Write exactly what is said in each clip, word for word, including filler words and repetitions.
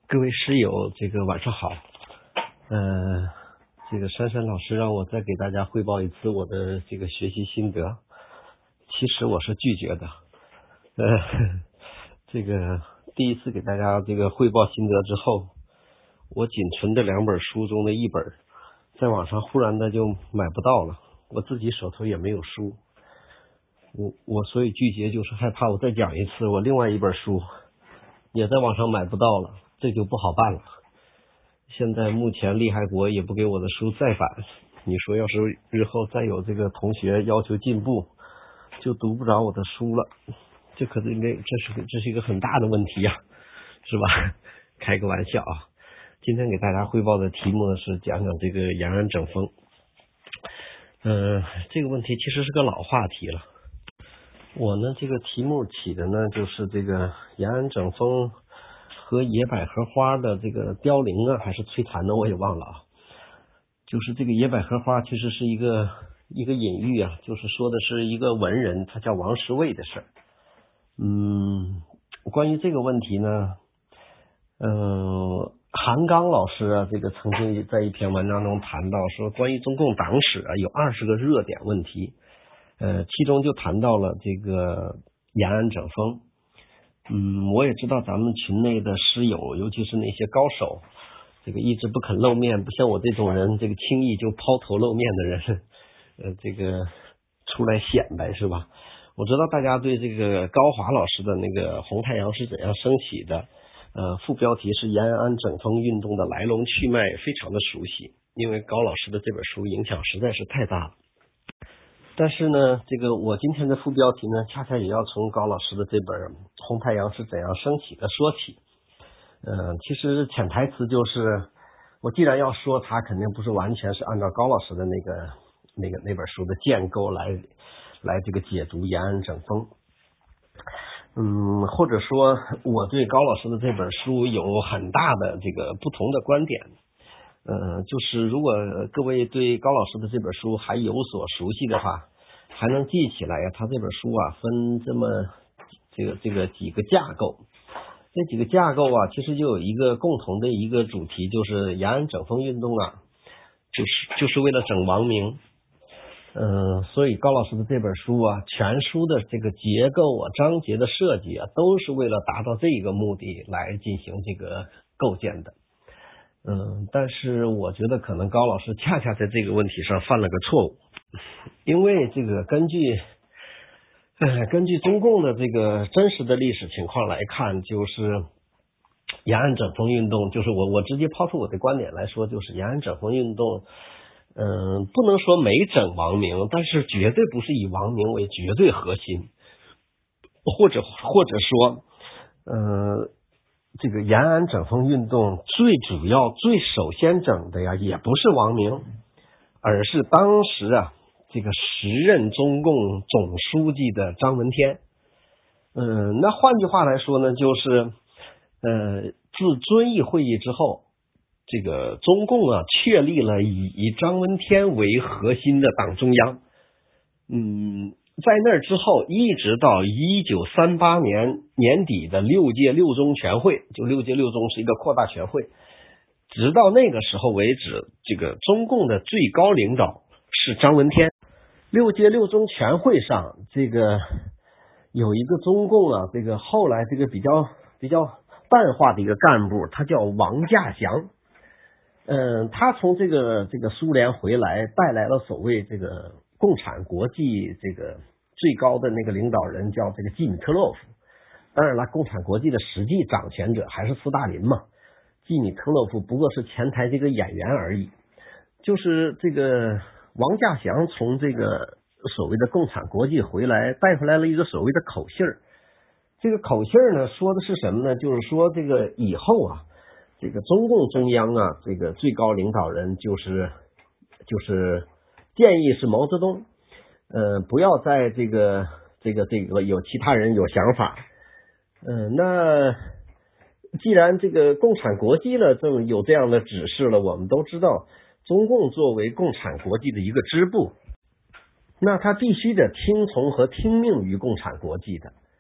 各位室友，这个晚上好。呃，这个珊珊老师让我再给大家汇报一次我的这个学习心得，其实我是拒绝的。呃，这个第一次给大家这个汇报心得之后，我仅存的两本书中的一本，在网上忽然的就买不到了，我自己手头也没有书，我我所以拒绝就是害怕我再讲一次，我另外一本书也在网上买不到了，这就不好办了。现在目前利害国也不给我的书再版，你说要是日后再有这个同学要求进步，就读不着我的书了，这可能这这是这是一个很大的问题呀、啊，是吧？开个玩笑啊。今天给大家汇报的题目呢是讲讲这个延安整风。呃，这个问题其实是个老话题了。我呢这个题目起的呢就是这个延安整风和野百合花的这个凋零啊，还是摧残呢，我也忘了啊。就是这个野百合花其实是一个一个隐喻啊，就是说的是一个文人，他叫王时卫的事儿。嗯，关于这个问题呢，嗯、呃，韩刚老师啊，这个曾经在一篇文章中谈到说，关于中共党史啊，有二十个热点问题，呃，其中就谈到了这个延安整风。嗯，我也知道咱们群内的师友，尤其是那些高手，这个一直不肯露面，不像我这种人，这个轻易就抛头露面的人，呃，这个出来显摆是吧？我知道大家对这个高华老师的那个《红太阳是怎样升起的》，呃，副标题是延安整风运动的来龙去脉，非常的熟悉，因为高老师的这本书影响实在是太大了。但是呢，这个我今天的副标题呢，恰恰也要从高老师的这本《红太阳是怎样升起的》说起。嗯、呃，其实潜台词就是，我既然要说它，肯定不是完全是按照高老师的那个那个那本书的建构来来这个解读延安整风。嗯，或者说我对高老师的这本书有很大的这个不同的观点。呃，就是如果各位对高老师的这本书还有所熟悉的话，还能记起来呀，他这本书啊分这么这个这个几个架构，这几个架构啊其实就有一个共同的一个主题，就是延安整风运动啊，就是就是为了整王明。嗯、呃，所以高老师的这本书啊，全书的这个结构啊、章节的设计啊，都是为了达到这个目的来进行这个构建的。嗯，但是我觉得可能高老师恰恰在这个问题上犯了个错误，因为这个根据呃根据中共的这个真实的历史情况来看，就是延安整风运动，就是我我直接抛出我的观点来说，就是延安整风运动，嗯、呃，不能说没整王明，但是绝对不是以王明为绝对核心，或者或者说，呃。这个延安整风运动最主要最首先整的呀，也不是王明，而是当时啊这个时任中共总书记的张闻天。嗯，那换句话来说呢，就是呃自遵义会议之后，这个中共啊确立了以以张闻天为核心的党中央。嗯。在那之后，一直到一九三八年年底的六届六中全会，就六届六中是一个扩大全会，直到那个时候为止，这个中共的最高领导是张闻天。六届六中全会上，这个有一个中共啊，这个后来这个比较比较淡化的一个干部，他叫王稼祥。嗯，他从这个这个苏联回来，带来了所谓这个共产国际这个最高的那个领导人叫这个季米特洛夫。当然了，共产国际的实际掌权者还是斯大林嘛，季米特洛夫不过是前台这个演员而已。就是这个王稼祥从这个所谓的共产国际回来，带回来了一个所谓的口信儿。这个口信儿呢，说的是什么呢？就是说这个以后啊，这个中共中央啊，这个最高领导人就是就是建议是毛泽东，呃，不要在这个这个这个有其他人有想法，嗯、呃，那既然这个共产国际了，这么有这样的指示了，我们都知道，中共作为共产国际的一个支部，那他必须得听从和听命于共产国际的。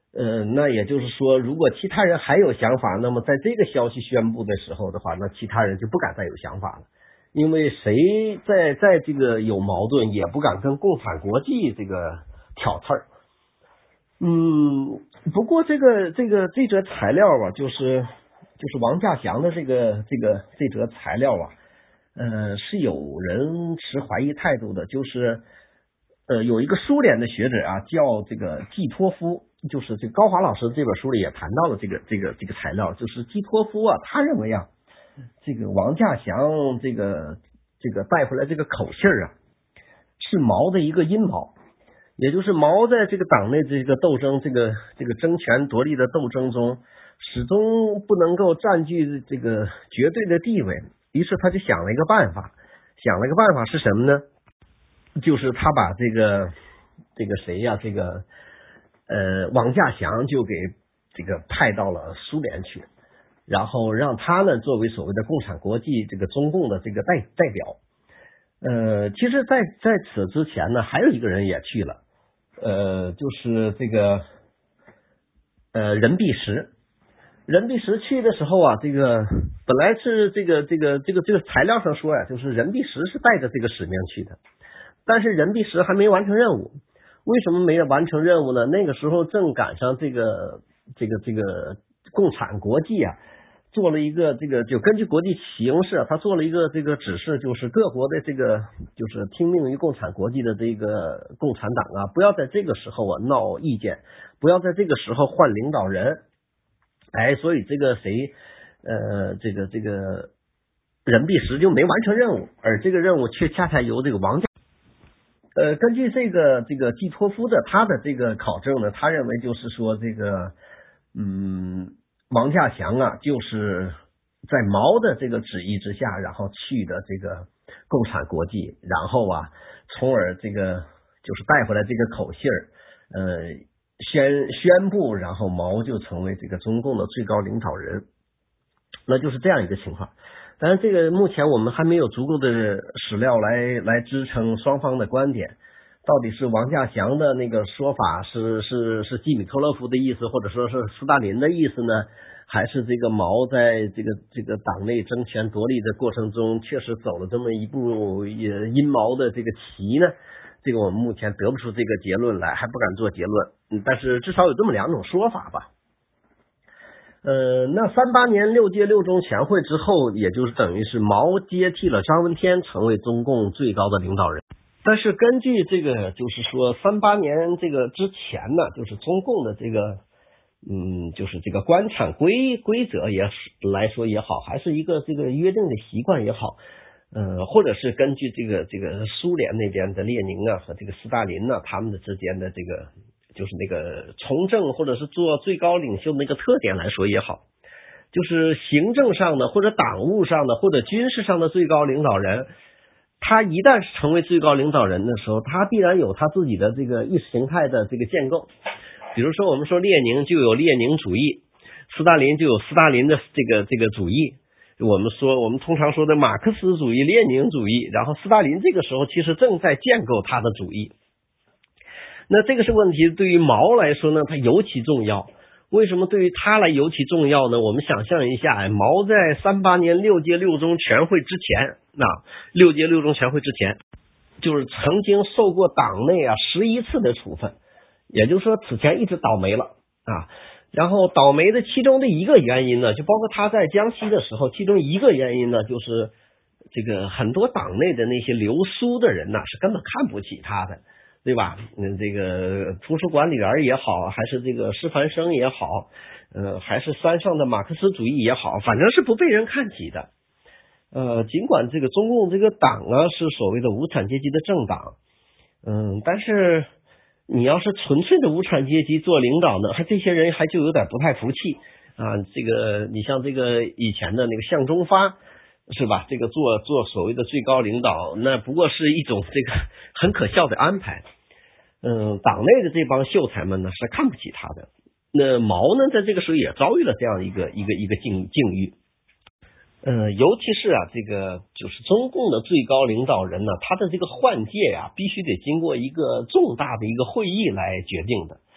呃，那也就是说，如果其他人还有想法，那么在这个消息宣布的时候的话，那其他人就不敢再有想法了，因为谁在在这个有矛盾，也不敢跟共产国际这个挑刺儿。嗯，不过这个这个这则材料啊，就是就是王稼祥的这个这个这则材料啊，呃，是有人持怀疑态度的，就是呃有一个苏联的学者啊，叫这个季托夫，就是这个高华老师这本书里也谈到了这个这个这个材料，就是季托夫啊，他认为啊，这个王稼祥这个这个带回来这个口信啊，是毛的一个阴谋。也就是毛在这个党内这个斗争，这个这个争权夺利的斗争中，始终不能够占据这个绝对的地位。于是他就想了一个办法，想了一个办法是什么呢？就是他把这个这个谁呀、啊，这个呃王稼祥就给这个派到了苏联去，然后让他呢作为所谓的共产国际这个中共的这个代代表。呃，其实在在此之前呢，还有一个人也去了。呃，就是这个呃任弼时，任弼时去的时候啊，这个本来是这个这个这个这个材料上说呀、啊，就是任弼时是带着这个使命去的，但是任弼时还没完成任务。为什么没有完成任务呢？那个时候正赶上这个这个这个共产国际啊，做了一个这个就根据国际形势，他做了一个这个指示，就是各国的这个就是听命于共产国际的这个共产党啊，不要在这个时候啊闹意见，不要在这个时候换领导人。哎，所以这个谁呃这个这个任弼时就没完成任务，而这个任务却恰恰由这个王稼呃根据这个这个季托夫的他的这个考证呢，他认为就是说这个嗯。王稼祥啊，就是在毛的这个旨意之下，然后去的这个共产国际，然后啊，从而这个就是带回来这个口信儿，呃，宣宣布，然后毛就成为这个中共的最高领导人，那就是这样一个情况。当然，这个目前我们还没有足够的史料来来支撑双方的观点。到底是王稼祥的那个说法是是是季米特洛夫的意思，或者说是斯大林的意思呢？还是这个毛在这个这个党内争权夺利的过程中，确实走了这么一步阴谋的这个棋呢？这个我们目前得不出这个结论来，还不敢做结论。嗯，但是至少有这么两种说法吧。呃，那三八年六届六中全会之后，也就是等于是毛接替了张闻天，成为中共最高的领导人。但是根据这个，就是说三八年这个之前呢，就是中共的这个，嗯，就是这个官场规规则也来说也好，还是一个这个约定的习惯也好，呃，或者是根据这个这个苏联那边的列宁啊和这个斯大林呢、啊、他们的之间的这个就是那个从政或者是做最高领袖那个特点来说也好，就是行政上的或者党务上的或者军事上的最高领导人。他一旦是成为最高领导人的时候，他必然有他自己的这个意识形态的这个建构。比如说我们说列宁就有列宁主义，斯大林就有斯大林的这个这个主义。我们说我们通常说的马克思主义、列宁主义，然后斯大林这个时候其实正在建构他的主义。那这个是问题，对于毛来说呢，他尤其重要。为什么对于他来尤其重要呢？我们想象一下，毛在三八年六届六中全会之前，那六届六中全会之前，就是曾经受过党内啊十一次的处分，也就是说此前一直倒霉了啊。然后倒霉的其中的一个原因呢，就包括他在江西的时候，其中一个原因呢，就是这个很多党内的那些留苏的人呢，是根本看不起他的。对吧？嗯，这个图书管理员也好，还是这个师范生也好，呃，还是山上的马克思主义也好，反正是不被人看起的。呃，尽管这个中共这个党啊是所谓的无产阶级的政党，嗯，但是你要是纯粹的无产阶级做领导呢，还这些人还就有点不太服气啊。这个你像这个以前的那个向忠发。是吧？这个做做所谓的最高领导，那不过是一种这个很可笑的安排。嗯，党内的这帮秀才们呢是看不起他的。那毛呢，在这个时候也遭遇了这样一个一个一个境境遇。呃，尤其是啊，这个就是中共的最高领导人呢，他的这个换届呀、啊，必须得经过一个重大的一个会议来决定的。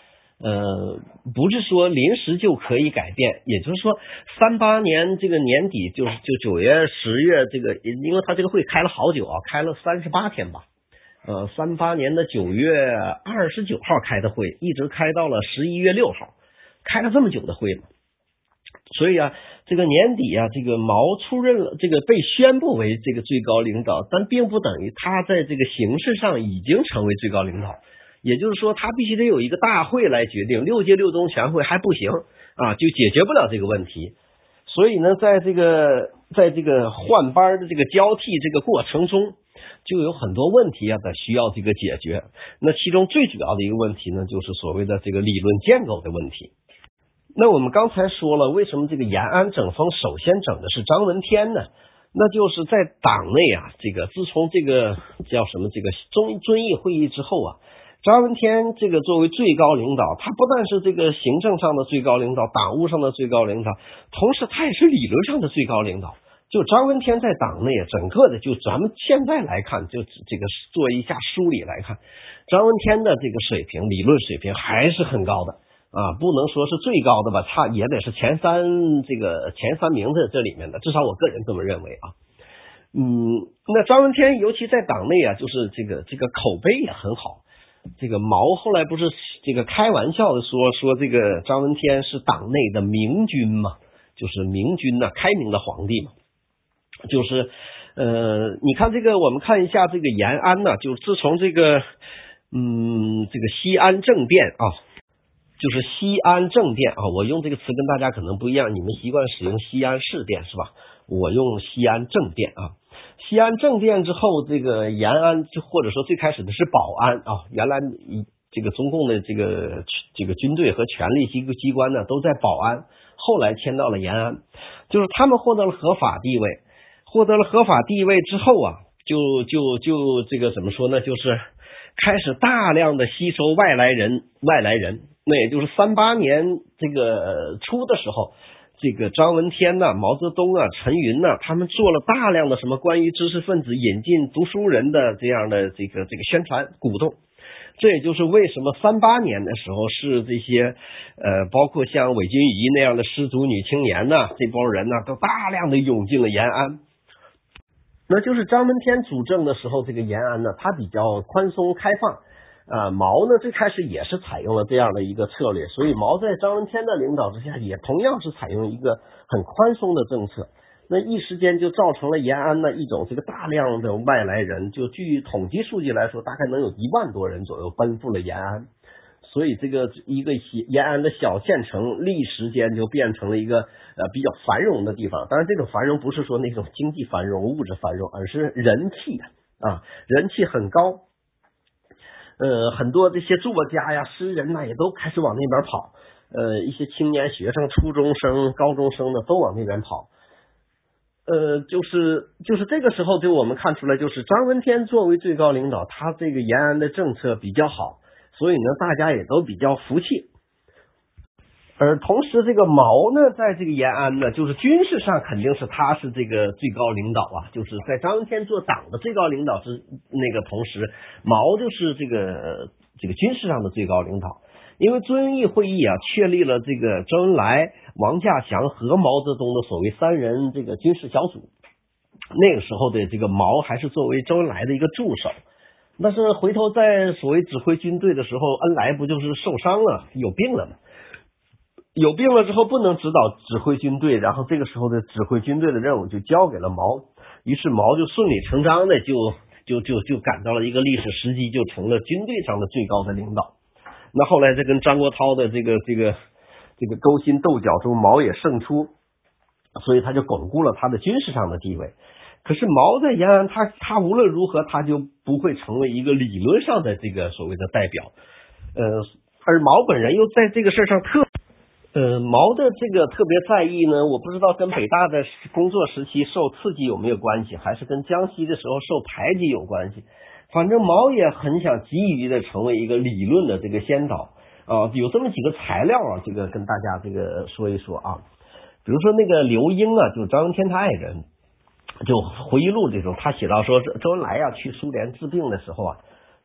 呃，不是说临时就可以改变，也就是说，三八年这个年底，就是就九月、十月这个，因为他这个会开了好久啊，开了三十八天吧。呃，三八年的九月二十九号开的会，一直开到了十一月六号，开了这么久的会嘛。所以啊，这个年底啊，这个毛出任了，这个被宣布为这个最高领导，但并不等于他在这个形式上已经成为最高领导。也就是说，他必须得有一个大会来决定，六届六中全会还不行啊，就解决不了这个问题。所以呢，在这个在这个换班的这个交替这个过程中，就有很多问题啊，得需要这个解决。那其中最主要的一个问题呢，就是所谓的这个理论建构的问题。那我们刚才说了，为什么这个延安整风首先整的是张闻天呢？那就是在党内啊，这个自从这个叫什么这个中遵义会议之后啊，张闻天这个作为最高领导，他不但是这个行政上的最高领导，党务上的最高领导，同时他也是理论上的最高领导。就张闻天在党内整个的，就咱们现在来看，就这个做一下梳理来看，张闻天的这个水平，理论水平还是很高的啊，不能说是最高的吧，他也得是前三这个前三名的这里面的，至少我个人这么认为啊。嗯，那张闻天尤其在党内啊，就是这个这个口碑也很好。这个毛后来不是这个开玩笑的说说这个张闻天是党内的明君嘛，就是明君呐、啊，开明的皇帝嘛。就是呃，你看这个，我们看一下这个延安呢，就自从这个嗯这个西安政变啊，就是西安政变啊，我用这个词跟大家可能不一样，你们习惯使用西安事变是吧？我用西安政变啊。西安政变之后，这个延安就或者说最开始的是保安啊，原来这个中共的这个这个军队和权力机机关呢都在保安，后来迁到了延安，就是他们获得了合法地位，获得了合法地位之后啊，就就就这个怎么说呢？就是开始大量的吸收外来人，外来人，那也就是三八年这个初的时候。这个张闻天呐、毛泽东啊、陈云呐、他们做了大量的什么关于知识分子引进读书人的这样的这个这个宣传鼓动，这也就是为什么三八年的时候是这些呃，包括像韦君仪那样的失足女青年呐、这帮人呐、都大量的涌进了延安。那就是张闻天主政的时候，这个延安呢，它比较宽松开放。啊，毛呢最开始也是采用了这样的一个策略，所以毛在张闻天的领导之下，也同样是采用一个很宽松的政策。那一时间就造成了延安的一种这个大量的外来人，就据统计数据来说，大概能有一万多人左右奔赴了延安。所以这个一个延安的小县城，立时间就变成了一个呃比较繁荣的地方。当然，这种繁荣不是说那种经济繁荣、物质繁荣，而是人气啊，人气很高。呃，很多这些作家呀、诗人呐，也都开始往那边跑。呃，一些青年学生、初中生、高中生呢，都往那边跑。呃，就是就是这个时候，就我们看出来，就是张闻天作为最高领导，他这个延安的政策比较好，所以呢，大家也都比较服气。而同时，这个毛呢，在这个延安呢，就是军事上肯定是他是这个最高领导啊，就是在张闻天做党的最高领导之那个同时，毛就是这个这个军事上的最高领导。因为遵义会议啊，确立了这个周恩来、王稼祥和毛泽东的所谓三人这个军事小组。那个时候的这个毛还是作为周恩来的一个助手，但是回头在所谓指挥军队的时候，恩来不就是受伤了，有病了吗？有病了之后不能指导指挥军队，然后这个时候的指挥军队的任务就交给了毛，于是毛就顺理成章的就就就就赶到了一个历史时机，就成了军队上的最高的领导。那后来在跟张国焘的这个这个这个勾心斗角中，毛也胜出，所以他就巩固了他的军事上的地位。可是毛在延安，他他无论如何他就不会成为一个理论上的这个所谓的代表，呃，而毛本人又在这个事上特。呃，毛的这个特别在意呢，我不知道跟北大的工作时期受刺激有没有关系，还是跟江西的时候受排挤有关系。反正毛也很想急于的成为一个理论的这个先导啊，有这么几个材料啊，这个跟大家这个说一说啊。比如说那个刘英啊，就张闻天他爱人，就回忆录这种，他写到说周恩来啊去苏联治病的时候啊，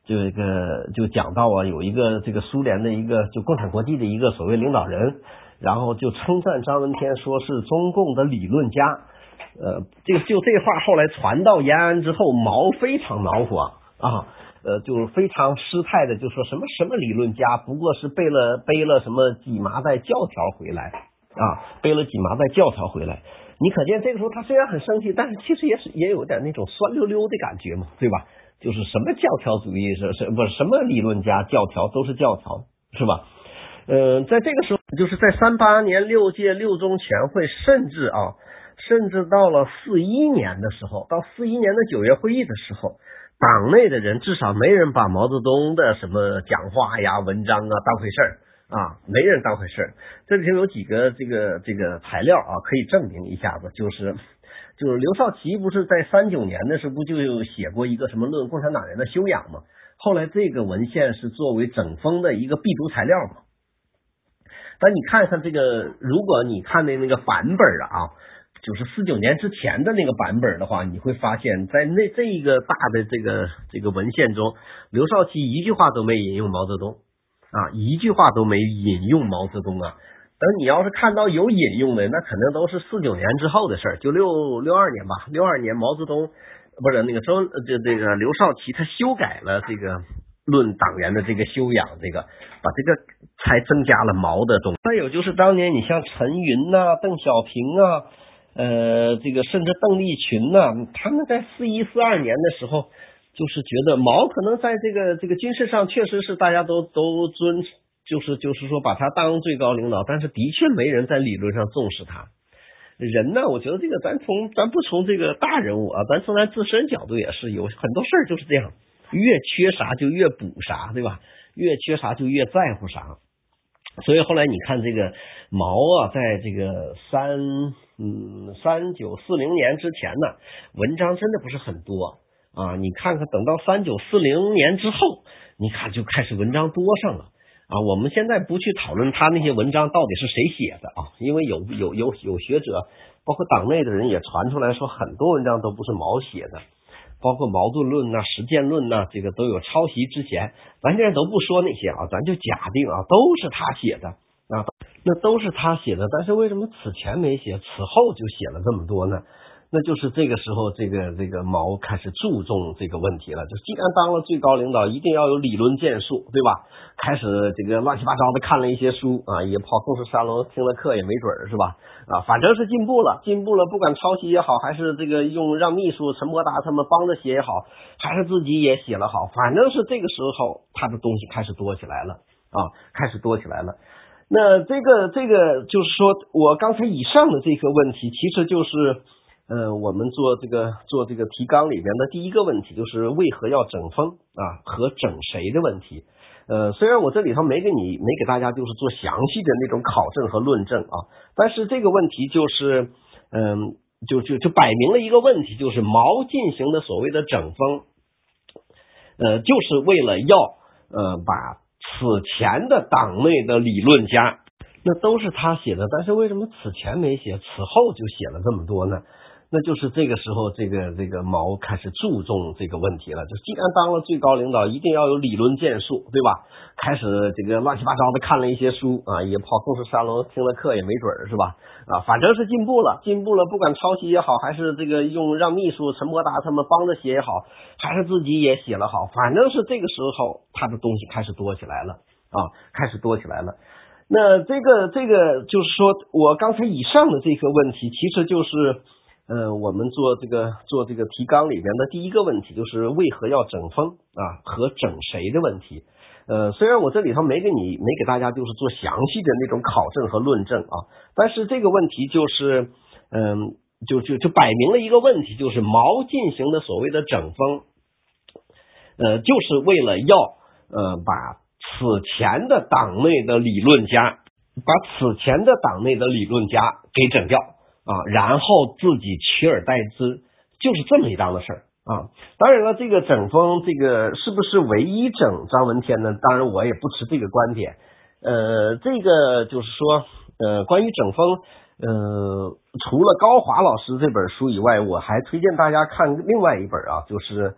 这个就讲到啊，有一个这个苏联的一个就共产国际的一个所谓领导人，然后就称赞张闻天说是中共的理论家。呃，这个就这话后来传到延安之后，毛非常恼火啊，呃，就非常失态的就说什么什么理论家，不过是背了背了什么几麻袋教条回来啊，背了几麻袋教条回来。你可见这个时候他虽然很生气，但是其实也是也有点那种酸溜溜的感觉嘛，对吧？就是什么教条主义是是不是什么理论家教条都是教条，是吧？呃，在这个时候，就是在三八年六届六中全会，甚至啊，甚至到了四一年的时候，到四一年的九月会议的时候，党内的人至少没人把毛泽东的什么讲话呀、文章啊当回事儿。啊，没人当回事。这里头有几个这个这个材料啊，可以证明一下子，就是就是刘少奇不是在三九年的时候不就写过一个什么论共产党人的修养吗？后来这个文献是作为整风的一个必读材料嘛。但你看看这个，如果你看的那个版本啊，就是四九年之前的那个版本的话，你会发现在那这一个大的这个这个文献中，刘少奇一句话都没引用毛泽东。啊，一句话都没引用毛泽东啊！等你要是看到有引用的，那肯定都是四九年之后的事儿，就六六二年吧。六二年毛泽东不是那个周这这个刘少奇他修改了这个论党员的这个修养，这个把这个才增加了毛的东西。还有就是当年你像陈云呐、啊、邓小平啊，呃，这个甚至邓丽群呐、啊，他们在四一四二年的时候。就是觉得毛可能在这个这个军事上确实是大家都都尊，就是就是说把他当最高领导，但是的确没人在理论上重视他。人呢，我觉得这个咱从咱不从这个大人物啊，咱从咱自身角度也是有很多事儿就是这样，越缺啥就越补啥，对吧？越缺啥就越在乎啥。所以后来你看这个毛啊，在这个三嗯三九四零年之前呢，文章真的不是很多。啊，你看看，等到三九四零年之后，你看就开始文章多上了啊。我们现在不去讨论他那些文章到底是谁写的啊，因为有有有有学者，包括党内的人也传出来说，很多文章都不是毛写的，包括矛盾论呐、实践论呐，这个都有抄袭之嫌。咱现在都不说那些啊，咱就假定啊，都是他写的啊，那都是他写的。但是为什么此前没写，此后就写了这么多呢？那就是这个时候，这个这个毛开始注重这个问题了。就既然当了最高领导，一定要有理论建树，对吧？开始这个乱七八糟的看了一些书啊，也跑共识沙龙听了课也没准儿，是吧？啊，反正是进步了，进步了，不管抄袭也好，还是这个用让秘书陈伯达他们帮着写也好，还是自己也写了好，反正是这个时候他的东西开始多起来了啊，开始多起来了。那这个这个就是说我刚才以上的这个问题，其实就是。呃，我们做这个做这个提纲里边的第一个问题就是为何要整风啊和整谁的问题。呃，虽然我这里头没给你没给大家就是做详细的那种考证和论证啊，但是这个问题就是嗯、呃、就就就摆明了一个问题，就是毛进行的所谓的整风，呃，就是为了要呃把此前的党内的理论家，那都是他写的，但是为什么此前没写，此后就写了这么多呢？那就是这个时候，这个这个毛开始注重这个问题了。就既然当了最高领导，一定要有理论建树，对吧？开始这个乱七八糟的看了一些书啊，也跑共识沙龙听了课也没准儿，是吧？啊，反正是进步了，进步了，不管抄袭也好，还是这个用让秘书陈伯达他们帮着写也好，还是自己也写了好，反正是这个时候他的东西开始多起来了啊，开始多起来了。那这个这个就是说我刚才以上的这个问题，其实就是。呃，我们做这个做这个提纲里边的第一个问题就是为何要整风啊和整谁的问题。呃，虽然我这里头没给你没给大家就是做详细的那种考证和论证啊，但是这个问题就是嗯、呃、就就就摆明了一个问题，就是毛进行的所谓的整风，呃，就是为了要呃把此前的党内的理论家，把此前的党内的理论家给整掉。啊，然后自己取而代之，就是这么一档子事儿啊。当然了，这个整风，这个是不是唯一整张闻天呢？当然，我也不持这个观点。呃，这个就是说，呃，关于整风，呃，除了高华老师这本书以外，我还推荐大家看另外一本啊，就是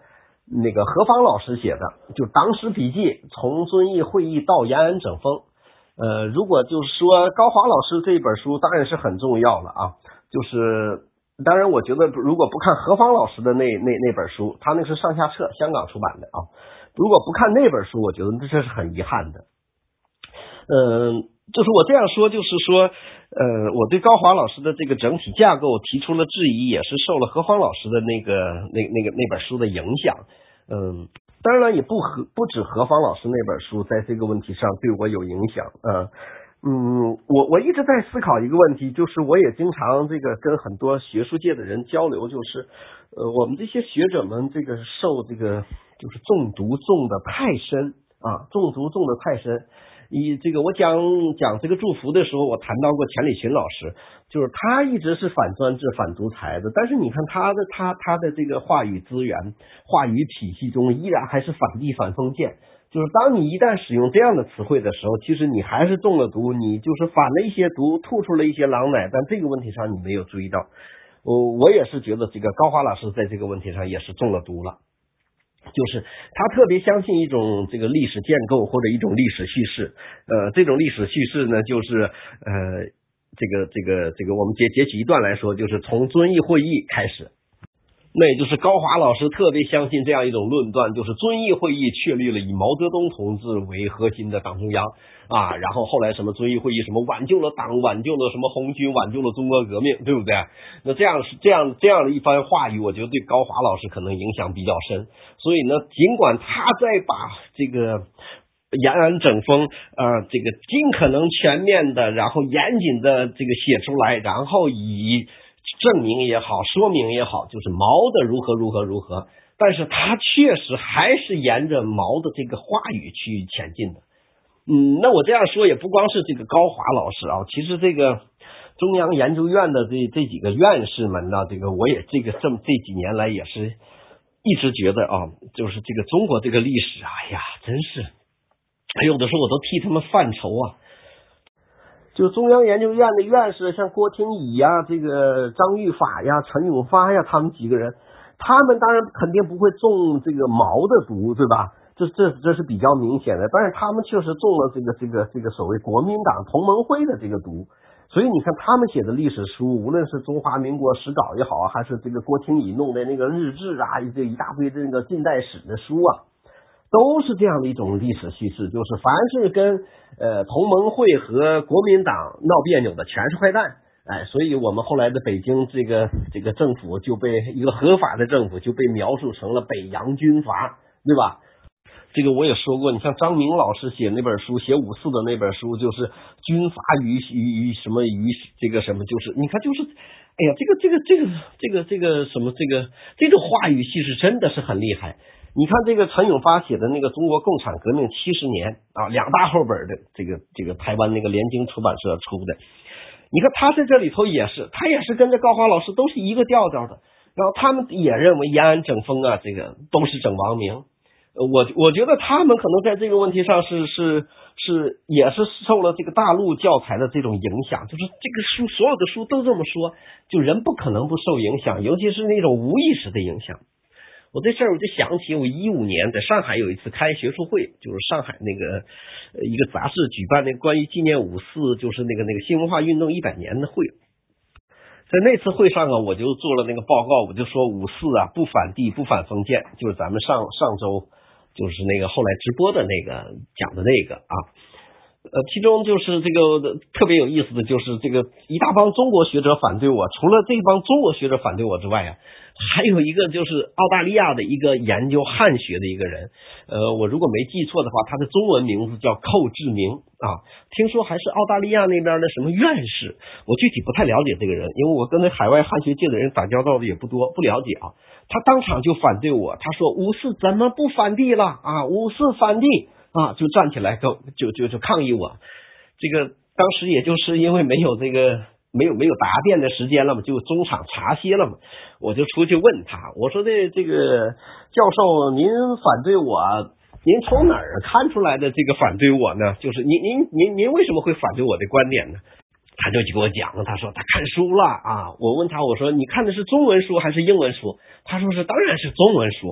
那个何方老师写的，就党史笔记从遵义会议到延安整风。呃，如果就是说高华老师这一本书当然是很重要了啊，就是当然我觉得如果不看何方老师的那那那本书，他那是上下册香港出版的啊，如果不看那本书，我觉得这是很遗憾的。嗯、呃，就是我这样说，就是说呃，我对高华老师的这个整体架构提出了质疑，也是受了何方老师的那个那那个那本书的影响。嗯，当然了，也不和不止何方老师那本书在这个问题上对我有影响。嗯嗯，我我一直在思考一个问题，就是我也经常这个跟很多学术界的人交流，就是呃，我们这些学者们这个受这个就是中毒中的太深啊，中毒中的太深。以这个我讲讲这个祝福的时候，我谈到过钱理群老师，就是他一直是反专制、反独裁的，但是你看他的他他的这个话语资源、话语体系中依然还是反帝、反封建。就是当你一旦使用这样的词汇的时候，其实你还是中了毒，你就是反了一些毒，吐出了一些狼奶，但这个问题上你没有注意到。我我也是觉得这个高华老师在这个问题上也是中了毒了。就是他特别相信一种这个历史建构或者一种历史叙事，呃，这种历史叙事呢，就是呃，这个这个这个我们截截取一段来说，就是从遵义会议开始，那也就是高华老师特别相信这样一种论断，就是遵义会议确立了以毛泽东同志为核心的党中央啊，然后后来什么遵义会议什么挽救了党，挽救了什么红军，挽救了中国革命，对不对？那这样是这样这样的一番话语，我觉得对高华老师可能影响比较深。所以呢，尽管他在把这个延安整风呃这个尽可能全面的，然后严谨的这个写出来，然后以证明也好，说明也好，就是毛的如何如何如何，但是他确实还是沿着毛的这个话语去前进的。嗯，那我这样说也不光是这个高华老师啊，其实这个中央研究院的这这几个院士们呢，这个我也这个这么这几年来也是一直觉得啊，就是这个中国这个历史，哎呀，真是有的时候我都替他们犯愁啊。就中央研究院的院士，像郭廷乙呀、这个张玉法呀、陈永发呀，他们几个人，他们当然肯定不会中这个毛的毒，对吧？这这这是比较明显的，但是他们确实中了这个这个这个所谓国民党同盟会的这个毒。所以你看他们写的历史书，无论是中华民国史稿也好，还是这个郭廷乙弄的那个日志啊，这一大堆这个近代史的书啊，都是这样的一种历史叙事，就是凡是跟呃同盟会和国民党闹别扭的全是坏蛋。哎，所以我们后来的北京这个这个政府就被一个合法的政府就被描述成了北洋军阀，对吧？这个我也说过，你像张明老师写那本书，写五四的那本书，就是军阀与与与什么与这个什么，就是你看，就是哎呀，这个这个这个这个这个什么这个这种话语系是真的是很厉害。你看这个陈永发写的那个《中国共产革命七十年》啊，两大厚本的，这个这个台湾那个联经出版社出的。你看他在这里头也是，他也是跟着高华老师都是一个调调的，然后他们也认为延安整风啊，这个都是整王明。我我觉得他们可能在这个问题上是是是也是受了这个大陆教材的这种影响，就是这个书所有的书都这么说，就人不可能不受影响，尤其是那种无意识的影响。我这事儿我就想起我一五年在上海有一次开学术会，就是上海那个一个杂志举办那个关于纪念五四，就是那个那个新文化运动一百年的会。在那次会上啊，我就做了那个报告，我就说五四啊不反帝不反封建，就是咱们上上周就是那个后来直播的那个讲的那个啊。呃，其中就是这个特别有意思的就是这个一大帮中国学者反对我，除了这帮中国学者反对我之外啊，还有一个就是澳大利亚的一个研究汉学的一个人，呃，我如果没记错的话，他的中文名字叫寇志明啊，听说还是澳大利亚那边的什么院士，我具体不太了解这个人，因为我跟那海外汉学界的人打交道的也不多，不了解啊。他当场就反对我，他说五四怎么不反帝了啊？五四反帝啊，就站起来就就就就抗议我。这个当时也就是因为没有这个没有没有答辩的时间了嘛，就中场茶歇了嘛，我就出去问他，我说的这个教授，您反对我，您从哪儿看出来的这个反对我呢？就是您您您您为什么会反对我的观点呢？他就给我讲了，他说他看书了啊。我问他，我说你看的是中文书还是英文书？他说是当然是中文书。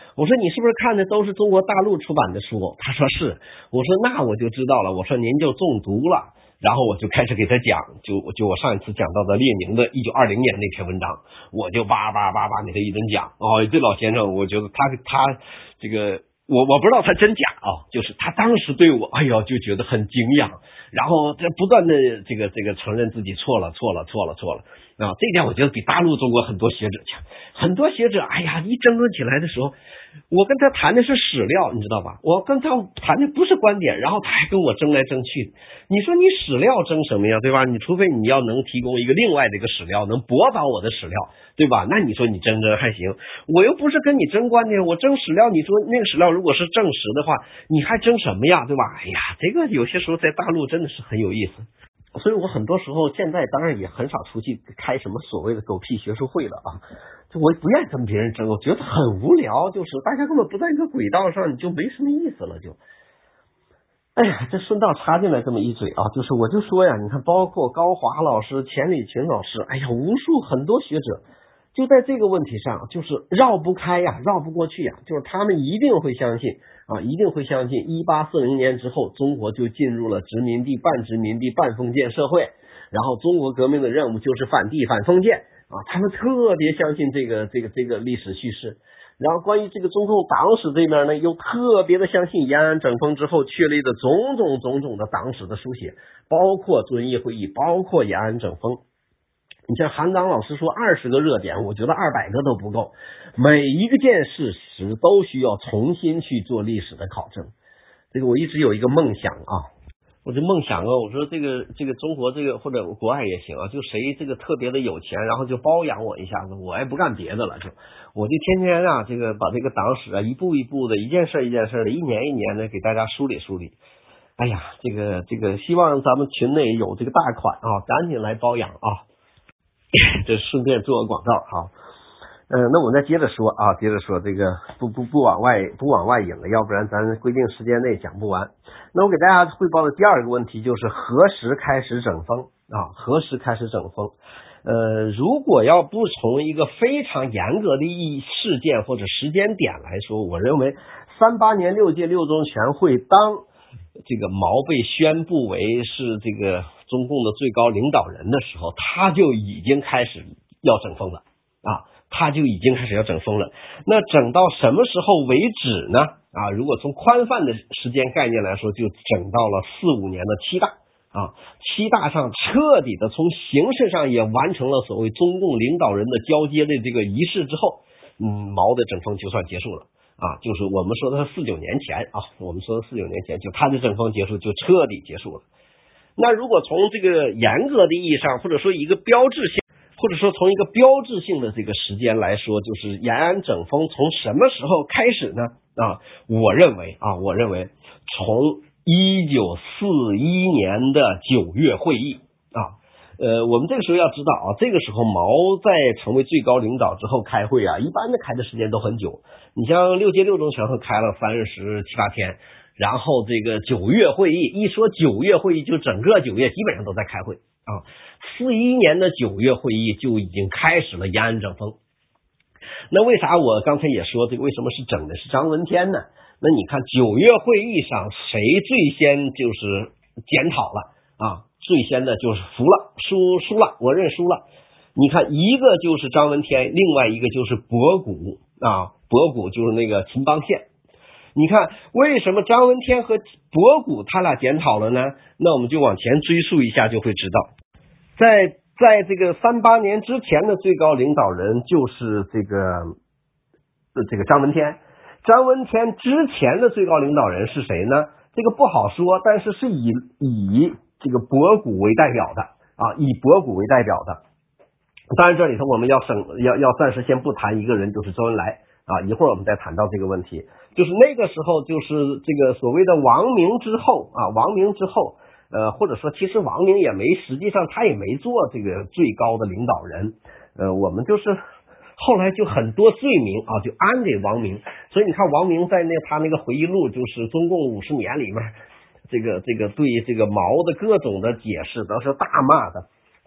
我说你是不是看的都是中国大陆出版的书？他说是。我说那我就知道了。我说您就中毒了。然后我就开始给他讲，就就我上一次讲到的列宁的一九二零年那篇文章，我就叭叭叭叭给他一顿讲。哦，这老先生，我觉得他他这个我我不知道他真假啊，就是他当时对我，哎呦就觉得很敬仰，然后这不断的这个这个承认自己错了错了错了错了啊，这点我觉得比大陆中国很多学者强。很多学者，哎呀，一争论起来的时候，我跟他谈的是史料，你知道吧？我跟他谈的不是观点，然后他还跟我争来争去。你说你史料争什么呀，对吧？你除非你要能提供一个另外的一个史料，能驳倒我的史料，对吧？那你说你争争还行。我又不是跟你争观点，我争史料。你说那个史料如果是证实的话，你还争什么呀，对吧？哎呀，这个有些时候在大陆真的是很有意思。所以我很多时候现在当然也很少出去开什么所谓的狗屁学术会了啊，就我不愿意跟别人争，我觉得很无聊，就是大家根本不在一个轨道上，你就没什么意思了就。哎呀，这顺道插进来这么一嘴啊，就是我就说呀，你看包括高华老师、钱理群老师，哎呀，无数很多学者就在这个问题上就是绕不开呀，绕不过去呀，就是他们一定会相信啊，一定会相信一八四零年之后中国就进入了殖民地、半殖民地、半封建社会，然后中国革命的任务就是反帝反封建啊，他们特别相信这个这个这个历史叙事。然后关于这个中共党史这边呢，又特别的相信延安整风之后确立的种种种种的党史的书写，包括遵义会议，包括延安整风。你像韩刚老师说二十个热点，我觉得二百个都不够，每一个件事实都需要重新去做历史的考证。这个我一直有一个梦想啊，我就梦想啊，我说这个这个中国这个或者国外也行啊，就谁这个特别的有钱，然后就包养我一下子，我也不干别的了，就我就天天啊这个把这个党史啊一步一步的一件事一件事的，一年一年的给大家梳理梳理。哎呀，这个这个希望咱们群内有这个大款啊，赶紧来包养啊。这顺便做个广告哈，嗯、呃，那我们再接着说啊，接着说这个不不不往外不往外引了，要不然咱规定时间内讲不完。那我给大家汇报的第二个问题就是何时开始整风啊？何时开始整风？呃，如果要不从一个非常严格的意义事件或者时间点来说，我认为三八年六届六中全会当这个毛被宣布为是这个中共的最高领导人的时候，他就已经开始要整风了啊，他就已经开始要整风了。那整到什么时候为止呢？啊，如果从宽泛的时间概念来说，就整到了四五年的七大啊，七大上彻底的从形式上也完成了所谓中共领导人的交接的这个仪式之后，嗯，毛的整风就算结束了。啊，就是我们说的是四九年前啊，我们说的四九年前，就他的整风结束就彻底结束了。那如果从这个严格的意义上，或者说一个标志性，或者说从一个标志性的这个时间来说，就是延安整风从什么时候开始呢？啊，我认为啊，我认为从一九四一年的九月会议啊。呃，我们这个时候要知道啊，这个时候毛在成为最高领导之后开会啊，一般的开的时间都很久。你像六届六中全会开了三十七八天，然后这个九月会议，一说九月会议就整个九月基本上都在开会啊。四一年的九月会议就已经开始了延安整风。那为啥我刚才也说这个为什么是整的是张闻天呢？那你看九月会议上谁最先就是检讨了啊？最先的就是服了，输输了，我认输了。你看，一个就是张闻天，另外一个就是博古啊，博古就是那个秦邦宪。你看，为什么张闻天和博古他俩检讨了呢？那我们就往前追溯一下，就会知道，在在这个三八年之前的最高领导人就是这个这个张闻天。张闻天之前的最高领导人是谁呢？这个不好说，但是是以以这个博古为代表的啊，以博古为代表的。当然这里头我们要省要要暂时先不谈一个人，就是周恩来啊，一会儿我们再谈到这个问题。就是那个时候就是这个所谓的王明之后啊，王明之后呃或者说其实王明也没实际上他也没做这个最高的领导人，呃我们就是后来就很多罪名啊就安给王明。所以你看王明在那他那个回忆录就是中共五十年里面这个这个对这个毛的各种的解释都是大骂的。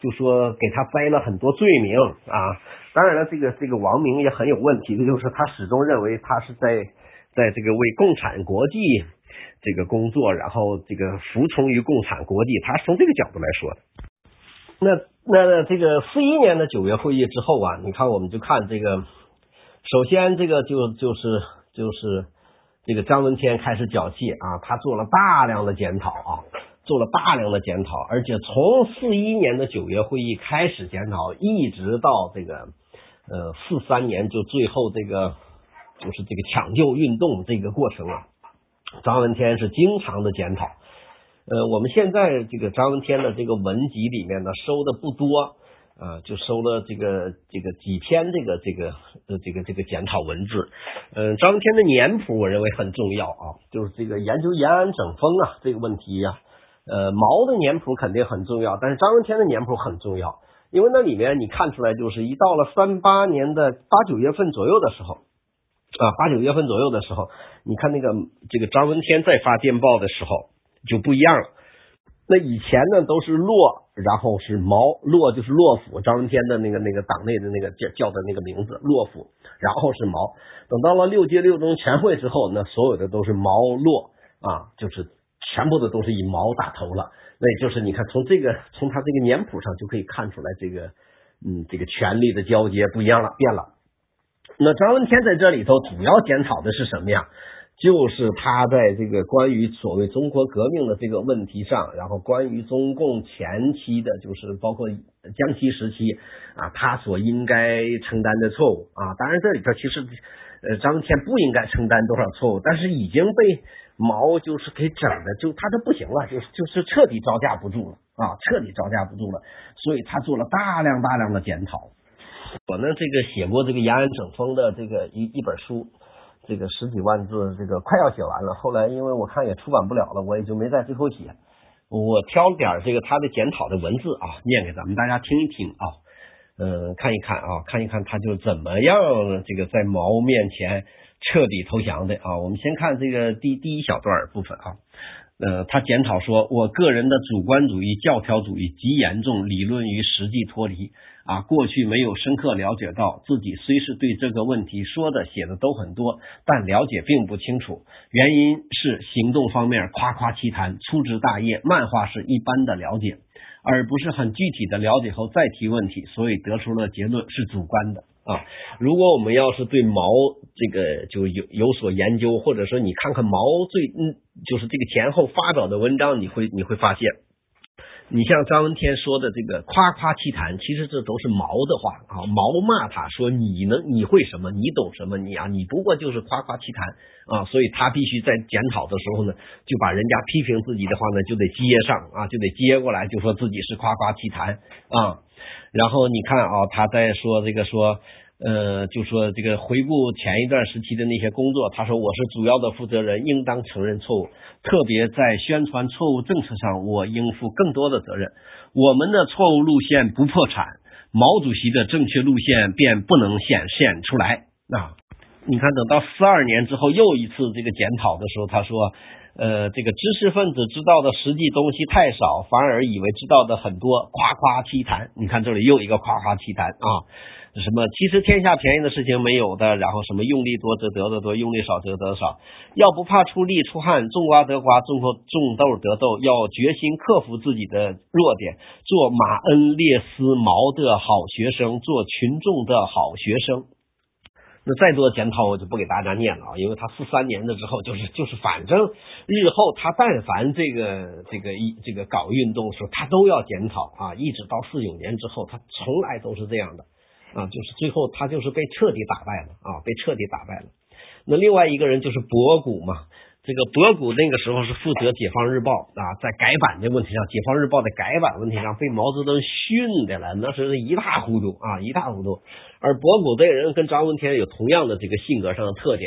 就说给他栽了很多罪名啊。当然了，这个这个王明也很有问题的，就是他始终认为他是在在这个为共产国际这个工作，然后这个服从于共产国际，他是从这个角度来说的。那那这个四一年的九月会议之后啊，你看我们就看这个，首先这个就就是就是这个张闻天开始缴械啊，他做了大量的检讨啊，做了大量的检讨，而且从四一年的九月会议开始检讨，一直到这个呃四三年就最后这个就是这个抢救运动这个过程啊，张闻天是经常的检讨。呃，我们现在这个张闻天的这个文集里面呢，收的不多，呃，就收了这个这个几篇这个这个呃这个这个检讨文字。嗯、呃，张闻天的年谱我认为很重要啊，就是这个研究延安整风啊这个问题呀、啊，呃，毛的年谱肯定很重要，但是张闻天的年谱很重要，因为那里面你看出来，就是一到了三八年的八九月份左右的时候。啊，八九月份左右的时候，你看那个这个张闻天在发电报的时候就不一样了。那以前呢都是骆，然后是毛，骆就是骆府，张闻天的那个那个党内的那个叫叫的那个名字骆府，然后是毛。等到了六届六中全会之后，那所有的都是毛骆啊，就是全部的都是以毛打头了。那也就是你看从这个从他这个年谱上就可以看出来，这个嗯这个权力的交接不一样了，变了。那张闻天在这里头主要检讨的是什么呀？就是他在这个关于所谓中国革命的这个问题上，然后关于中共前期的，就是包括江西时期啊，他所应该承担的错误啊。当然这里头其实呃张闻天不应该承担多少错误，但是已经被毛就是给整的，就他都不行了，就是就是彻底招架不住了啊，彻底招架不住了，所以他做了大量大量的检讨。我呢，这个写过这个延安整风的这个一一本书，这个十几万字，这个快要写完了。后来因为我看也出版不了了，我也就没在最后写。我挑点这个他的检讨的文字啊，念给咱们大家听一听啊，嗯，看一看啊，看一看他就怎么样这个在毛面前彻底投降的啊。我们先看这个第第一小段部分啊。呃，他检讨说，我个人的主观主义、教条主义极严重，理论与实际脱离啊。过去没有深刻了解到自己虽是对这个问题说的、写的都很多，但了解并不清楚。原因是行动方面夸夸其谈、粗枝大叶，漫画式一般的了解，而不是很具体的了解后再提问题，所以得出了结论是主观的。啊，如果我们要是对毛这个就有有所研究，或者说你看看毛最嗯，就是这个前后发表的文章，你会你会发现，你像张闻天说的这个夸夸其谈，其实这都是毛的话啊。毛骂他说你能你会什么，你懂什么，你啊你不过就是夸夸其谈啊，所以他必须在检讨的时候呢，就把人家批评自己的话呢就得接上啊，就得接过来，就说自己是夸夸其谈啊。然后你看啊，他在说这个说呃，就说这个回顾前一段时期的那些工作，他说我是主要的负责人，应当承认错误，特别在宣传错误政策上，我应负更多的责任。我们的错误路线不破产，毛主席的正确路线便不能显现出来啊。你看，等到四二年之后又一次这个检讨的时候，他说呃，这个知识分子知道的实际东西太少，反而以为知道的很多，夸夸其谈。你看这里又一个夸夸其谈啊，什么其实天下便宜的事情没有的，然后什么用力多则得的多，用力少则得少，要不怕出力出汗，种瓜得瓜，种种豆得豆，要决心克服自己的弱点，做马恩、列斯、毛的好学生，做群众的好学生。那再多检讨我就不给大家念了啊，因为他四三年的之后就是就是反正日后他但凡这个这个一这个搞运动的时候他都要检讨啊，一直到四九年之后他从来都是这样的啊，就是最后他就是被彻底打败了啊，被彻底打败了。那另外一个人就是博古嘛，这个博古那个时候是负责解放日报啊，在改版的问题上，解放日报的改版问题上被毛泽东训的了，那是一塌糊涂啊，一塌糊涂。而博古这个人跟张闻天有同样的这个性格上的特点，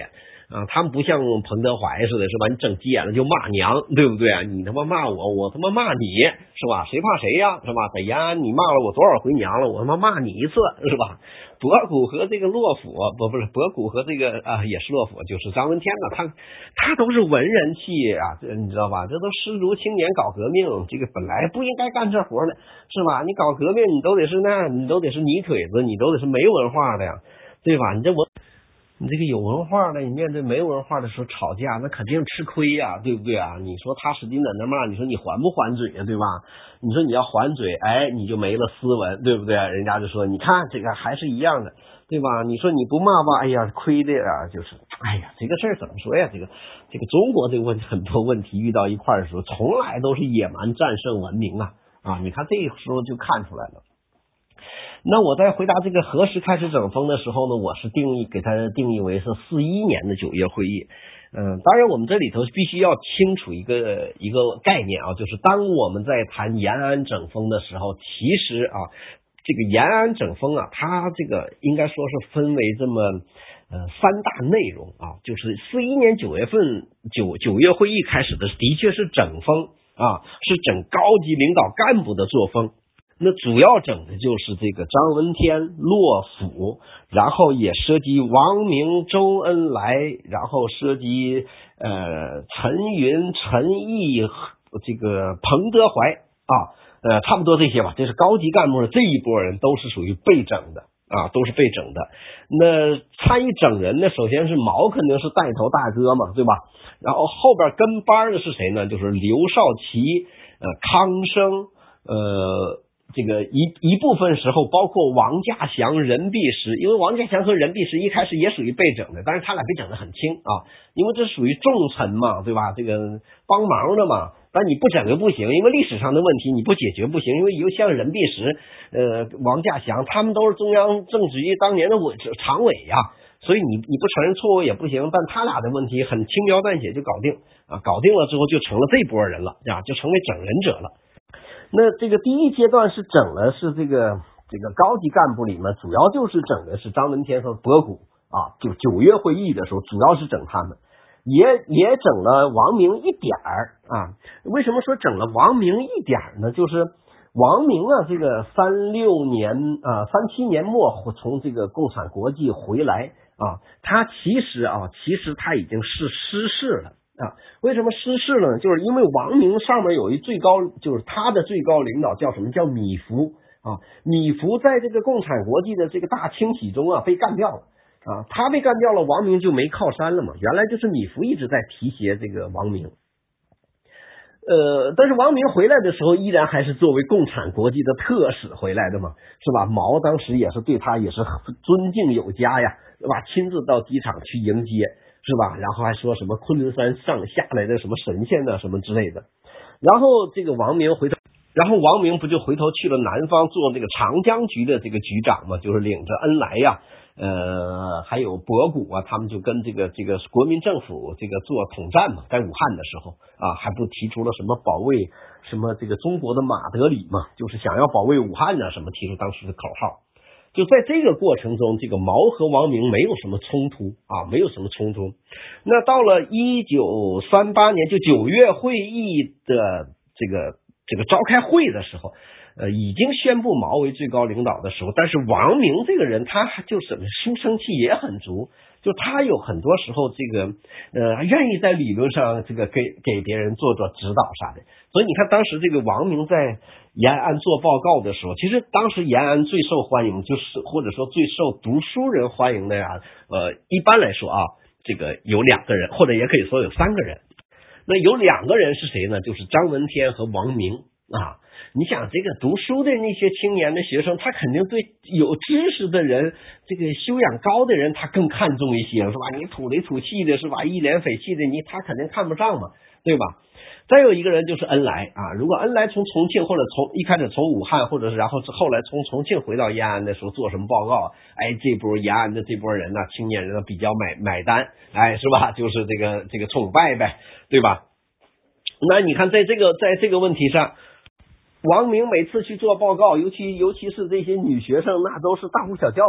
啊，他们不像彭德怀似的，是吧？你整急眼了就骂娘，对不对啊？你他妈骂我，我他妈骂你，是吧？谁怕谁呀，是吧？在延安你骂了我多少回娘了，我他妈骂你一次，是吧？博古和这个洛甫，不不是博古和这个啊也是洛甫，就是张闻天呢，他他都是文人气啊，这你知道吧？这都士族青年搞革命，这个本来不应该干这活的，是吧？你搞革命你都得是那样，你都得是泥腿子，你都得是没文化的呀，对吧？你这文。你这个有文化的，你面对没文化的时候吵架，那肯定吃亏呀，对不对啊？你说他使劲在那骂，你说你还不还嘴呀，对吧？你说你要还嘴，哎，你就没了斯文，对不对？人家就说，你看这个还是一样的，对吧？你说你不骂吧，哎呀，亏的呀，就是，哎呀，这个事儿怎么说呀？这个这个中国这个问很多问题遇到一块儿的时候，从来都是野蛮战胜文明啊啊！你看这时候就看出来了。那我在回答这个何时开始整风的时候呢，我是定义给它定义为是四一年的九月会议。嗯，当然我们这里头必须要清楚一个一个概念啊，就是当我们在谈延安整风的时候，其实啊，这个延安整风啊，它这个应该说是分为这么呃三大内容啊，就是四一年九月份九九月会议开始的，的确是整风啊，是整高级领导干部的作风。那主要整的就是这个张闻天、洛甫，然后也涉及王明、周恩来，然后涉及呃陈云、陈毅、这个彭德怀啊，呃差不多这些吧。这是高级干部的这一波人都是属于被整的啊，都是被整的。那参与整人呢，首先是毛肯定是带头大哥嘛，对吧？然后后边跟班的是谁呢？就是刘少奇、呃康生、呃。这个一一部分时候，包括王稼祥、任弼时，因为王稼祥和任弼时一开始也属于被整的，但是他俩被整得很轻啊，因为这属于重臣嘛，对吧？这个帮忙的嘛，但你不整就不行，因为历史上的问题你不解决不行，因为有像任弼时、呃王稼祥，他们都是中央政治局当年的委常委呀、啊，所以你你不承认错误也不行，但他俩的问题很轻描淡写就搞定啊，搞定了之后就成了这波人了啊，就成为整人者了。那这个第一阶段是整了是这个这个高级干部里面，主要就是整的是张闻天和博古啊，就九月会议的时候主要是整他们，也也整了王明一点儿啊。为什么说整了王明一点儿呢？就是王明啊，这个三六年啊三七年末从这个共产国际回来啊，他其实啊其实他已经是失势了。啊，为什么失势了呢？就是因为王明上面有一最高，就是他的最高领导叫什么？叫米芾啊。米芾在这个共产国际的这个大清洗中啊被干掉了啊，他被干掉了，王明就没靠山了嘛。原来就是米芾一直在提携这个王明，呃，但是王明回来的时候依然还是作为共产国际的特使回来的嘛，是吧？毛当时也是对他也是尊敬有加呀，对吧？亲自到机场去迎接。是吧？然后还说什么昆仑山上下来的什么神仙呢，什么之类的。然后这个王明回头，然后王明不就回头去了南方做那个长江局的这个局长嘛，就是领着恩来呀、呃，还有博古啊，他们就跟这个这个国民政府这个做统战嘛，在武汉的时候啊，还不提出了什么保卫什么这个中国的马德里嘛，就是想要保卫武汉呢，什么提出当时的口号。就在这个过程中，这个毛和王明没有什么冲突啊，没有什么冲突。那到了一九三八年，就九月会议的这个这个召开会的时候，呃，已经宣布毛为最高领导的时候，但是王明这个人，他就是书生气也很足，就他有很多时候这个呃愿意在理论上这个给给别人做做指导啥的。所以你看，当时这个王明在延安做报告的时候，其实当时延安最受欢迎，就是或者说最受读书人欢迎的呀，呃，一般来说啊，这个有两个人，或者也可以说有三个人。那有两个人是谁呢？就是张闻天和王明啊。你想这个读书的那些青年的学生，他肯定对有知识的人，这个修养高的人，他更看重一些，是吧？你土里土气的，是吧？一脸匪气的，你他肯定看不上嘛，对吧？再有一个人就是恩来啊，如果恩来从重庆或者从一开始从武汉，或者是然后后来从重庆回到延安的时候做什么报告，哎，这波延安的这波人呢、啊，青年人呢比较买买单，哎，是吧？就是这个这个崇拜呗，对吧？那你看在这个在这个问题上，王明每次去做报告，尤其尤其是这些女学生，那都是大呼小叫的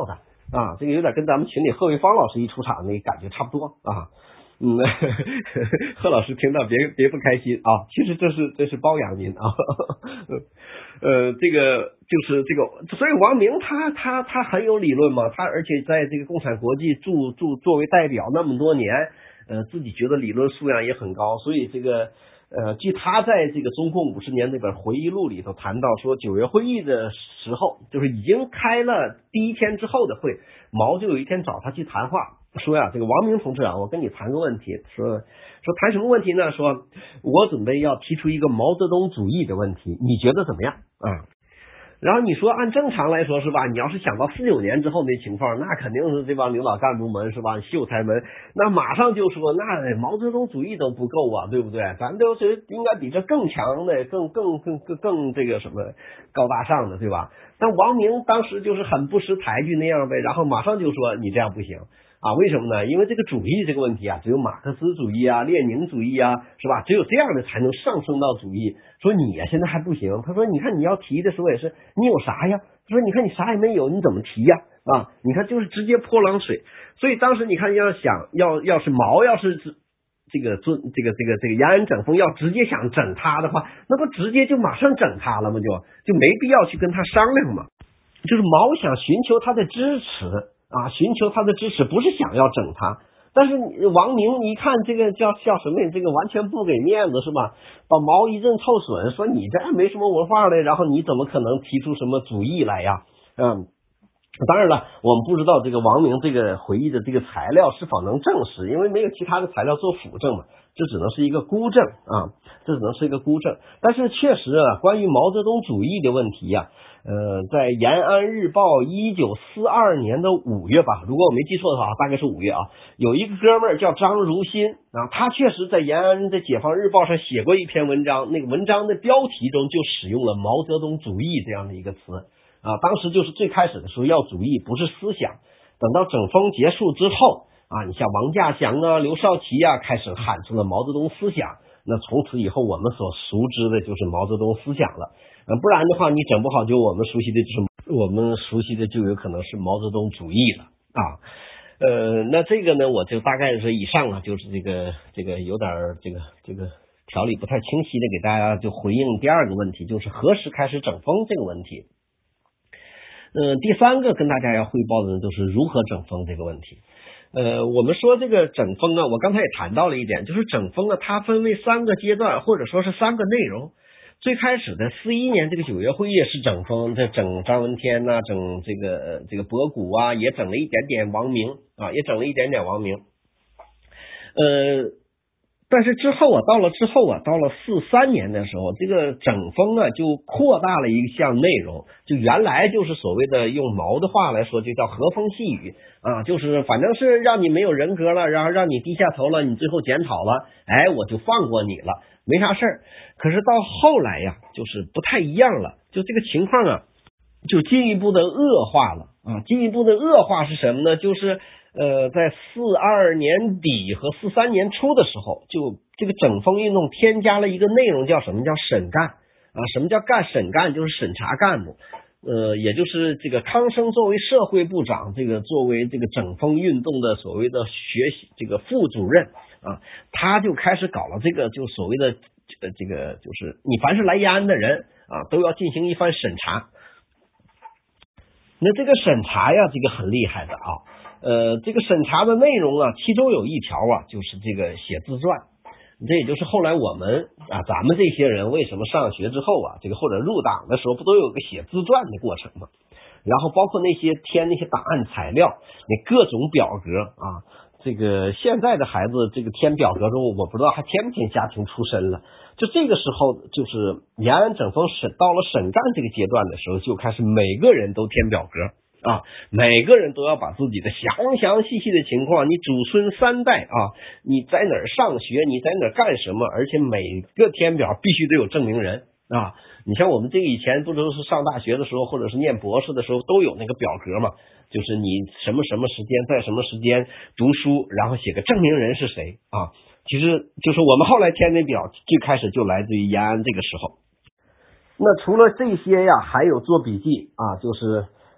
啊，这个有点跟咱们群里贺卫方老师一出场那感觉差不多啊。嗯，贺老师听到别别不开心啊，其实这是这是包养您啊。呃，这个就是这个，所以王明他他他很有理论嘛，他而且在这个共产国际驻驻作为代表那么多年，呃，自己觉得理论素养也很高，所以这个呃，据他在这个中共五十年那本回忆录里头谈到说，九月会议的时候，就是已经开了第一天之后的会，毛就有一天找他去谈话。说呀，这个王明同志啊，我跟你谈个问题，说说谈什么问题呢？说我准备要提出一个毛泽东主义的问题，你觉得怎么样啊？然后你说按正常来说是吧？你要是想到四九年之后那情况，那肯定是这帮领导干部们是吧？秀才们那马上就说，那毛泽东主义都不够啊，对不对？咱都是应该比这更强的，更更更更更这个什么高大上的，对吧？但王明当时就是很不识抬举那样呗，然后马上就说你这样不行。啊，为什么呢？因为这个主义这个问题啊，只有马克思主义啊、列宁主义啊，是吧？只有这样的才能上升到主义。说你呀、啊，现在还不行。他说，你看你要提的时候也是，你有啥呀？他说，你看你啥也没有，你怎么提呀？啊，你看就是直接泼冷水。所以当时你看要想要要是毛要是这个尊这个这个这个延安整风要直接想整他的话，那不直接就马上整他了吗？就就没必要去跟他商量嘛。就是毛想寻求他的支持。啊，寻求他的支持，不是想要整他，但是王明一看这个叫叫什么呀？这个完全不给面子是吧？把毛一阵臭损，说你这没什么文化的，然后你怎么可能提出什么主义来呀？嗯，当然了，我们不知道这个王明这个回忆的这个材料是否能证实，因为没有其他的材料做辅证嘛，这只能是一个估证啊，这只能是一个估证。但是确实啊，关于毛泽东主义的问题呀、啊。呃，在延安日报一九四二年的五月吧，如果我没记错的话，大概是五月啊。有一个哥们儿叫张如新啊，他确实在延安的解放日报上写过一篇文章，那个文章的标题中就使用了毛泽东主义这样的一个词啊。当时就是最开始的时候要主义，不是思想。等到整风结束之后啊，你像王稼祥啊、刘少奇啊，开始喊出了毛泽东思想。那从此以后，我们所熟知的就是毛泽东思想了。嗯，不然的话，你整不好就我们熟悉的就是我们熟悉的就有可能是毛泽东主义了啊。呃，那这个呢，我就大概是以上啊，就是这个这个有点这个这个条理不太清晰的，给大家就回应第二个问题，就是何时开始整风这个问题。呃，第三个跟大家要汇报的呢，就是如何整风这个问题。呃，我们说这个整风啊，我刚才也谈到了一点，就是整风啊，它分为三个阶段，或者说是三个内容。最开始的四一年这个九月会议是整风，这整张闻天呐、啊，整这个、呃、这个博古啊，也整了一点点王明啊，也整了一点点王明。呃，但是之后啊，到了之后啊，到了四三年的时候，这个整风啊就扩大了一项内容，就原来就是所谓的用毛的话来说，就叫和风细雨啊，就是反正是让你没有人格了，然后让你低下头了，你最后检讨了，哎，我就放过你了。没啥事儿，可是到后来呀，就是不太一样了，就这个情况啊，就进一步的恶化了啊！进一步的恶化是什么呢？就是呃，在四二年底和四三年初的时候，就这个整风运动添加了一个内容，叫什么叫审干啊？什么叫干审干？就是审查干部。呃，也就是这个康生作为社会部长，这个作为这个整风运动的所谓的学习这个副主任啊，他就开始搞了这个就所谓的呃这个就是你凡是来延安的人啊，都要进行一番审查。那这个审查呀，这个很厉害的啊，呃，这个审查的内容啊，其中有一条啊，就是这个写自传。这也就是后来我们啊，咱们这些人为什么上学之后啊，这个或者入党的时候，不都有个写自传的过程吗？然后包括那些填那些档案材料，那各种表格啊，这个现在的孩子这个填表格中，我不知道还填不填家庭出身了。就这个时候，就是延安整风审到了审干这个阶段的时候，就开始每个人都填表格。啊，每个人都要把自己的详详细细的情况，你祖孙三代啊，你在哪儿上学，你在哪儿干什么，而且每个填表必须得有证明人啊。你像我们这个以前不都是上大学的时候，或者是念博士的时候，都有那个表格嘛，就是你什么什么时间在什么时间读书，然后写个证明人是谁啊。其实就是我们后来填那表，最开始就来自于延安这个时候。那除了这些呀，还有做笔记啊，就是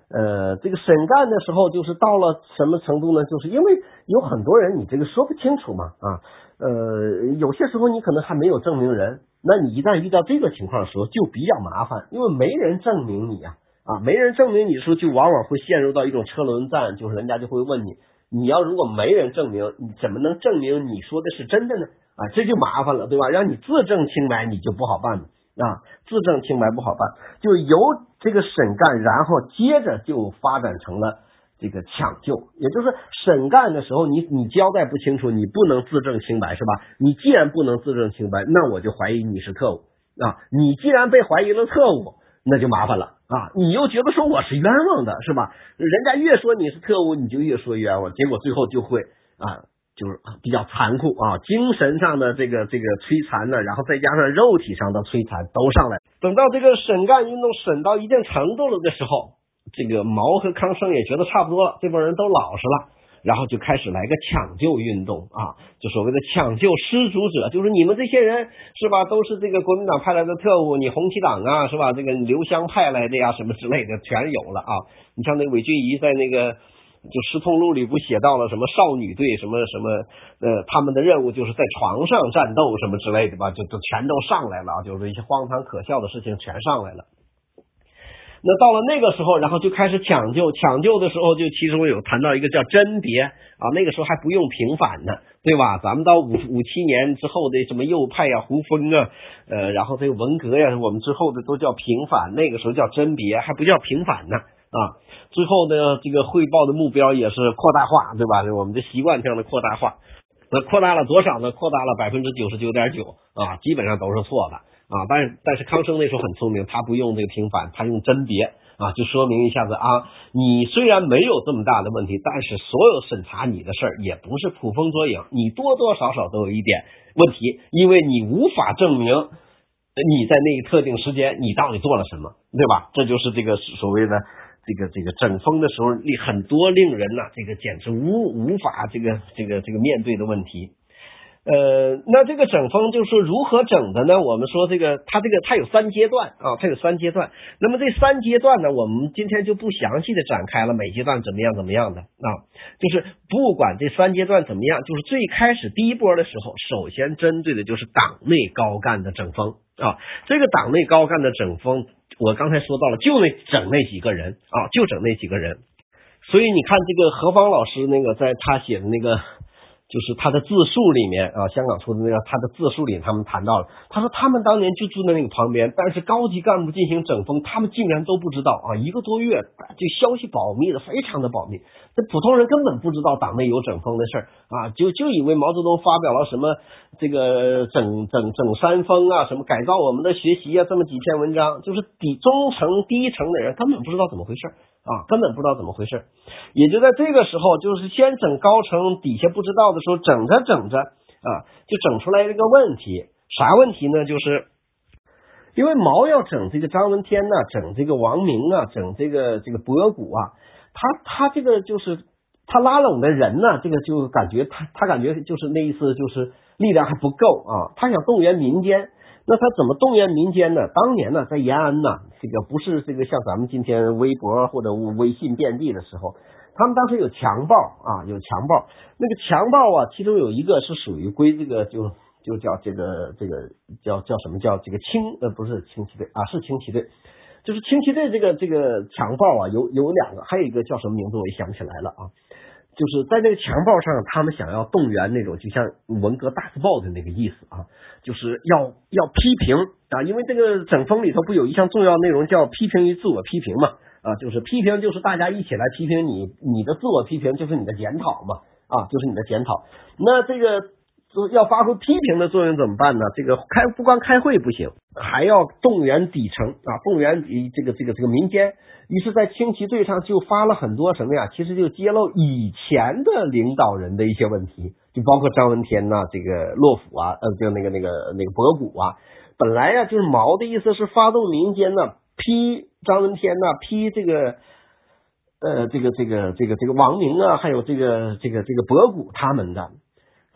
呃，这个审干的时候，就是到了什么程度呢？就是因为有很多人你这个说不清楚嘛，啊，呃，有些时候你可能还没有证明人，那你一旦遇到这个情况的时候，就比较麻烦，因为没人证明你啊，啊，没人证明你的时候，就往往会陷入到一种车轮战，就是人家就会问你，你要如果没人证明，你怎么能证明你说的是真的呢？啊，这就麻烦了，对吧？让你自证清白，你就不好办了。啊，自证清白不好办，就由这个审干，然后接着就发展成了这个抢救，也就是审干的时候，你你交代不清楚，你不能自证清白，是吧？你既然不能自证清白，那我就怀疑你是特务啊！你既然被怀疑了特务，那就麻烦了啊！你又觉得说我是冤枉的，是吧？人家越说你是特务，你就越说冤枉，结果最后就会啊。就是比较残酷啊，精神上的这个这个摧残呢，然后再加上肉体上的摧残都上来。等到这个审干运动审到一定程度了的时候，这个毛和康生也觉得差不多了，这帮人都老实了，然后就开始来个抢救运动啊，就所谓的抢救失足者，就是你们这些人是吧，都是这个国民党派来的特务，你红旗党啊是吧，这个刘湘派来的呀什么之类的全有了啊。你像那韦俊仪在那个就失痛录里不写到了什么少女队什么什么呃，他们的任务就是在床上战斗什么之类的吧，就就全都上来了，就是一些荒唐可笑的事情全上来了。那到了那个时候，然后就开始抢救，抢救的时候就其中有谈到一个叫甄别啊，那个时候还不用平反呢，对吧？咱们到五五七年之后的什么右派啊、胡风啊，呃，然后这个文革呀，我们之后的都叫平反，那个时候叫甄别，还不叫平反呢啊。最后呢，这个汇报的目标也是扩大化，对吧？我们的习惯性的扩大化，那扩大了多少呢？扩大了百分之九十九点九啊，基本上都是错的啊。但是但是康生那时候很聪明，他不用这个平反，他用甄别啊，就说明一下子啊，你虽然没有这么大的问题，但是所有审查你的事儿也不是捕风捉影，你多多少少都有一点问题，因为你无法证明你在那个特定时间你到底做了什么，对吧？这就是这个所谓的这个这个整风的时候，很多令人呐、啊，这个简直无无法这个这个这个面对的问题。呃，那这个整风就是如何整的呢？我们说这个它这个它有三阶段啊，它有三阶段。那么这三阶段呢，我们今天就不详细的展开了，每阶段怎么样怎么样的啊，就是不管这三阶段怎么样，就是最开始第一波的时候，首先针对的就是党内高干的整风啊，这个党内高干的整风。我刚才说到了，就那整那几个人啊，就整那几个人。所以你看这个何方老师那个在他写的那个就是他的自述里面啊，香港出的那个他的自述里他们谈到了，他说他们当年就住在那个旁边，但是高级干部进行整风，他们竟然都不知道啊，一个多月就消息保密的非常的保密，这普通人根本不知道党内有整风的事儿啊，就就以为毛泽东发表了什么这个整整整山风啊，什么改造我们的学习啊，这么几篇文章，就是底中层低层的人根本不知道怎么回事啊，根本不知道怎么回事。也就在这个时候，就是先整高层，底下不知道的时候，整着整着啊，就整出来一个问题。啥问题呢？就是因为毛要整这个张闻天呐、啊，整这个王明啊，整这个这个博古啊，他他这个就是他拉拢的人呢、啊，这个就感觉他他感觉就是那意思，就是力量还不够啊，他想动员民间。那他怎么动员民间呢？当年呢，在延安呢，这个不是这个像咱们今天微博或者微信遍地的时候，他们当时有强暴啊，有强暴。那个强暴啊，其中有一个是属于归这个就就叫这个这个叫叫什么叫这个轻呃不是轻骑队啊，是轻骑队，就是轻骑队这个这个强暴啊，有有两个，还有一个叫什么名字我也想不起来了啊。就是在那个强暴上，他们想要动员那种就像文革大字报的那个意思啊，就是要要批评啊，因为这个整风里头不有一项重要内容叫批评与自我批评嘛啊，就是批评就是大家一起来批评你，你的自我批评就是你的检讨嘛啊，就是你的检讨。那这个要发挥批评的作用怎么办呢？这个开不光开会不行，还要动员底层啊，动员这个这个这个民间。于是，在轻骑队上就发了很多什么呀？其实就揭露以前的领导人的一些问题，就包括张闻天呐、啊，这个洛甫啊，呃，就那个那个那个博古啊。本来呀，就是毛的意思是发动民间呢，批张闻天呐、啊，批这个呃这个这个这个这个王明啊，还有这个这个这个博古他们的。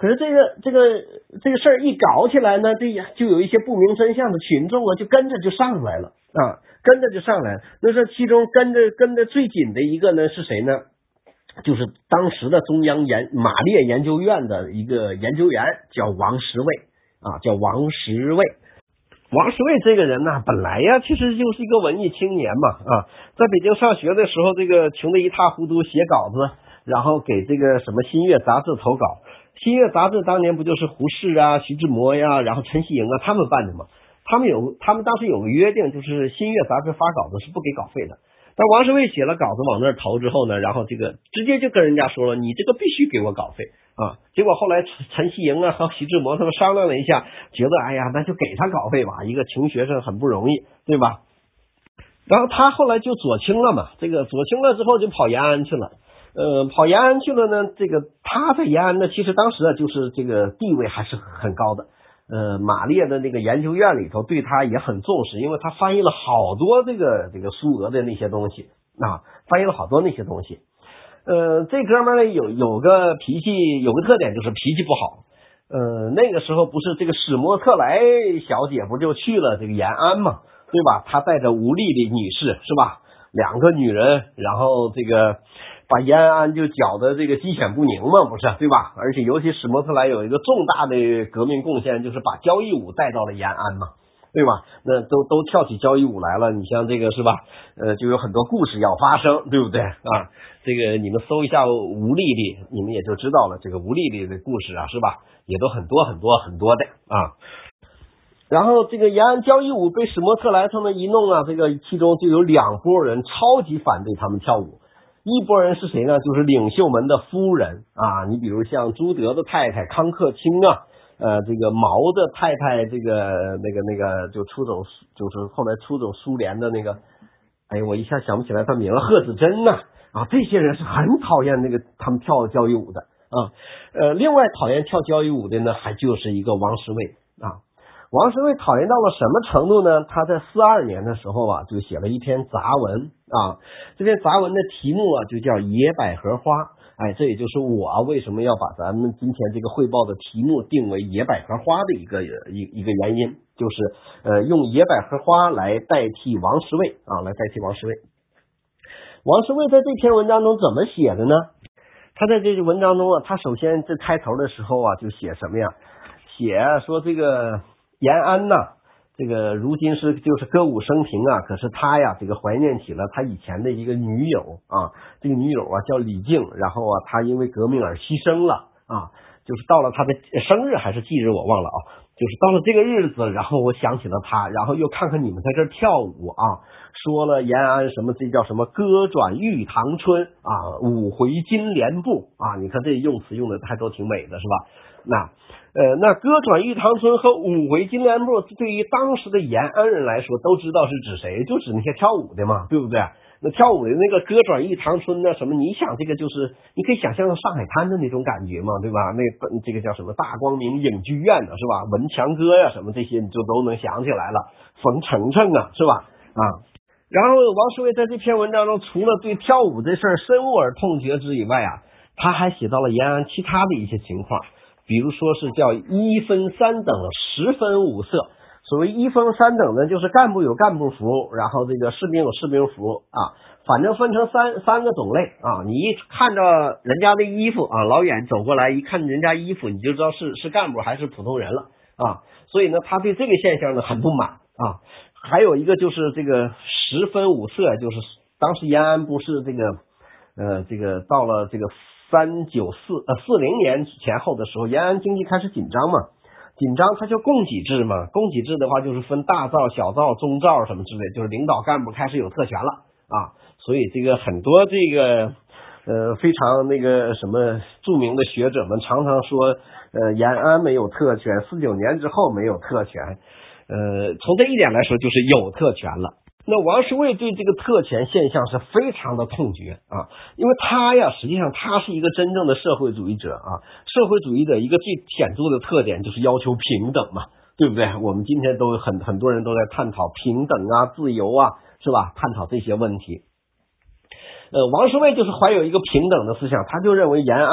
可是这个这个这个事儿一搞起来呢，这就有一些不明真相的群众啊，就跟着就上来了啊，跟着就上来了。那这其中跟着跟着最紧的一个呢是谁呢？就是当时的中央研马列研究院的一个研究员，叫王石卫啊，叫王石卫。王石卫这个人呢，本来呀其实就是一个文艺青年嘛啊，在北京上学的时候，这个穷得一塌糊涂，写稿子，然后给这个什么《新月》杂志投稿。《新月》杂志当年不就是胡适啊、徐志摩呀，然后陈锡莹啊他们办的吗？他们有他们当时有个约定，就是《新月》杂志发稿子是不给稿费的。但王石卫写了稿子往那儿投之后呢，然后这个直接就跟人家说了，你这个必须给我稿费啊！结果后来陈锡莹啊和徐志摩他们商量了一下，觉得哎呀，那就给他稿费吧，一个穷学生很不容易，对吧？然后他后来就左倾了嘛，这个左倾了之后就跑延安去了。呃，跑延安去了呢，这个他在延安呢，其实当时啊就是这个地位还是很高的。呃，马列的那个研究院里头对他也很重视，因为他翻译了好多这个这个苏俄的那些东西啊，翻译了好多那些东西。呃，这哥们儿呢有有个脾气，有个特点就是脾气不好。呃，那个时候不是这个史莫特莱小姐不就去了这个延安嘛，对吧？她带着吴丽丽女士是吧？两个女人，然后这个把延安就搅得这个鸡犬不宁嘛，不是对吧？而且尤其史莫特莱有一个重大的革命贡献，就是把交谊舞带到了延安嘛，对吧？那都都跳起交谊舞来了，你像这个是吧？呃，就有很多故事要发生，对不对啊？这个你们搜一下吴丽丽，你们也就知道了，这个吴丽丽的故事啊，是吧？也都很多很多很多的啊。然后这个延安交谊舞被史莫特莱他们一弄啊，这个其中就有两拨人超级反对他们跳舞。一拨人是谁呢？就是领袖们的夫人啊，你比如像朱德的太太康克清啊，呃，这个毛的太太，这个那个那个就出走，就是后来出走苏联的那个，哎，我一下想不起来他名了，贺子珍呐啊，这些人是很讨厌那个他们跳交谊舞的啊。呃，另外讨厌跳交谊舞的呢，还就是一个王石卫啊。王石卫讨厌到了什么程度呢？他在四二年的时候啊，就写了一篇杂文啊。这篇杂文的题目啊，就叫《野百合花》。哎，这也就是我为什么要把咱们今天这个汇报的题目定为《野百合花》的一个一一个原因，就是呃，用野百合花来代替王石卫啊，来代替王石卫。王石卫在这篇文章中怎么写的呢？他在这个文章中啊，他首先这开头的时候啊，就写什么呀？写说这个延安呐，这个如今是就是歌舞升平啊，可是他呀，这个怀念起了他以前的一个女友啊，这个女友啊叫李静，然后啊，他因为革命而牺牲了啊，就是到了他的生日还是忌日我忘了啊，就是到了这个日子，然后我想起了他，然后又看看你们在这儿跳舞啊，说了延安什么这叫什么歌转玉堂春啊，舞回金莲步啊，你看这用词用的还都挺美的是吧？那呃，那歌转玉堂春和舞回金莲步，对于当时的延安人来说，都知道是指谁，就指那些跳舞的嘛，对不对？那跳舞的那个歌转玉堂春呢，什么？你想这个就是，你可以想象上海滩的那种感觉嘛，对吧？那这个叫什么大光明影剧院的是吧？文强哥呀，什么这些你就都能想起来了。冯程程啊，是吧？啊。然后王石卫在这篇文章中，除了对跳舞这事儿深恶而痛绝之以外啊，他还写到了延安其他的一些情况。比如说是叫一分三等十分五色，所谓一分三等呢，就是干部有干部服，然后这个士兵有士兵服啊，反正分成三三个种类啊。你一看着人家的衣服啊，老远走过来一看人家衣服，你就知道是是干部还是普通人了啊。所以呢，他对这个现象呢很不满啊。还有一个就是这个十分五色，就是当时延安不是这个呃这个到了这个三九四呃四零年前后的时候，延安经济开始紧张嘛，紧张它就供给制嘛，供给制的话就是分大灶、小灶、中灶什么之类，就是领导干部开始有特权了啊，所以这个很多这个呃非常那个什么著名的学者们常常说，呃延安没有特权，四九年之后没有特权，呃从这一点来说就是有特权了。那王石卫对这个特权现象是非常的痛绝啊，因为他呀，实际上他是一个真正的社会主义者啊。社会主义的一个最显著的特点就是要求平等嘛，对不对？我们今天都很很多人都在探讨平等啊、自由啊，是吧？探讨这些问题。呃，王石卫就是怀有一个平等的思想，他就认为延安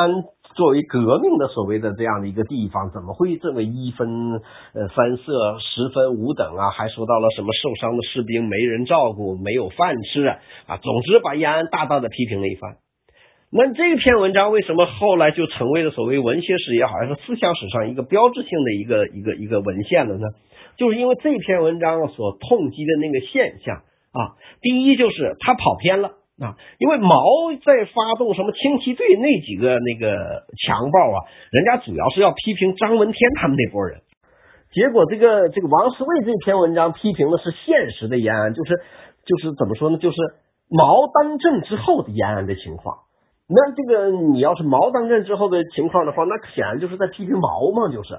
作为革命的所谓的这样的一个地方，怎么会这么一分呃三色十分五等啊？还说到了什么受伤的士兵没人照顾，没有饭吃啊！啊，总之把延安大大的批评了一番。那这篇文章为什么后来就成为了所谓文学史也好，还是思想史上一个标志性的一个一个一个文献了呢？就是因为这篇文章所痛击的那个现象啊，第一就是他跑偏了。啊，因为毛在发动什么轻骑队那几个那个强暴啊，人家主要是要批评张闻天他们那波人，结果这个这个王世卫这篇文章批评的是现实的延安，就是就是怎么说呢，就是毛当政之后的延安的情况。那这个你要是毛当政之后的情况的话，那显然就是在批评毛嘛，就是。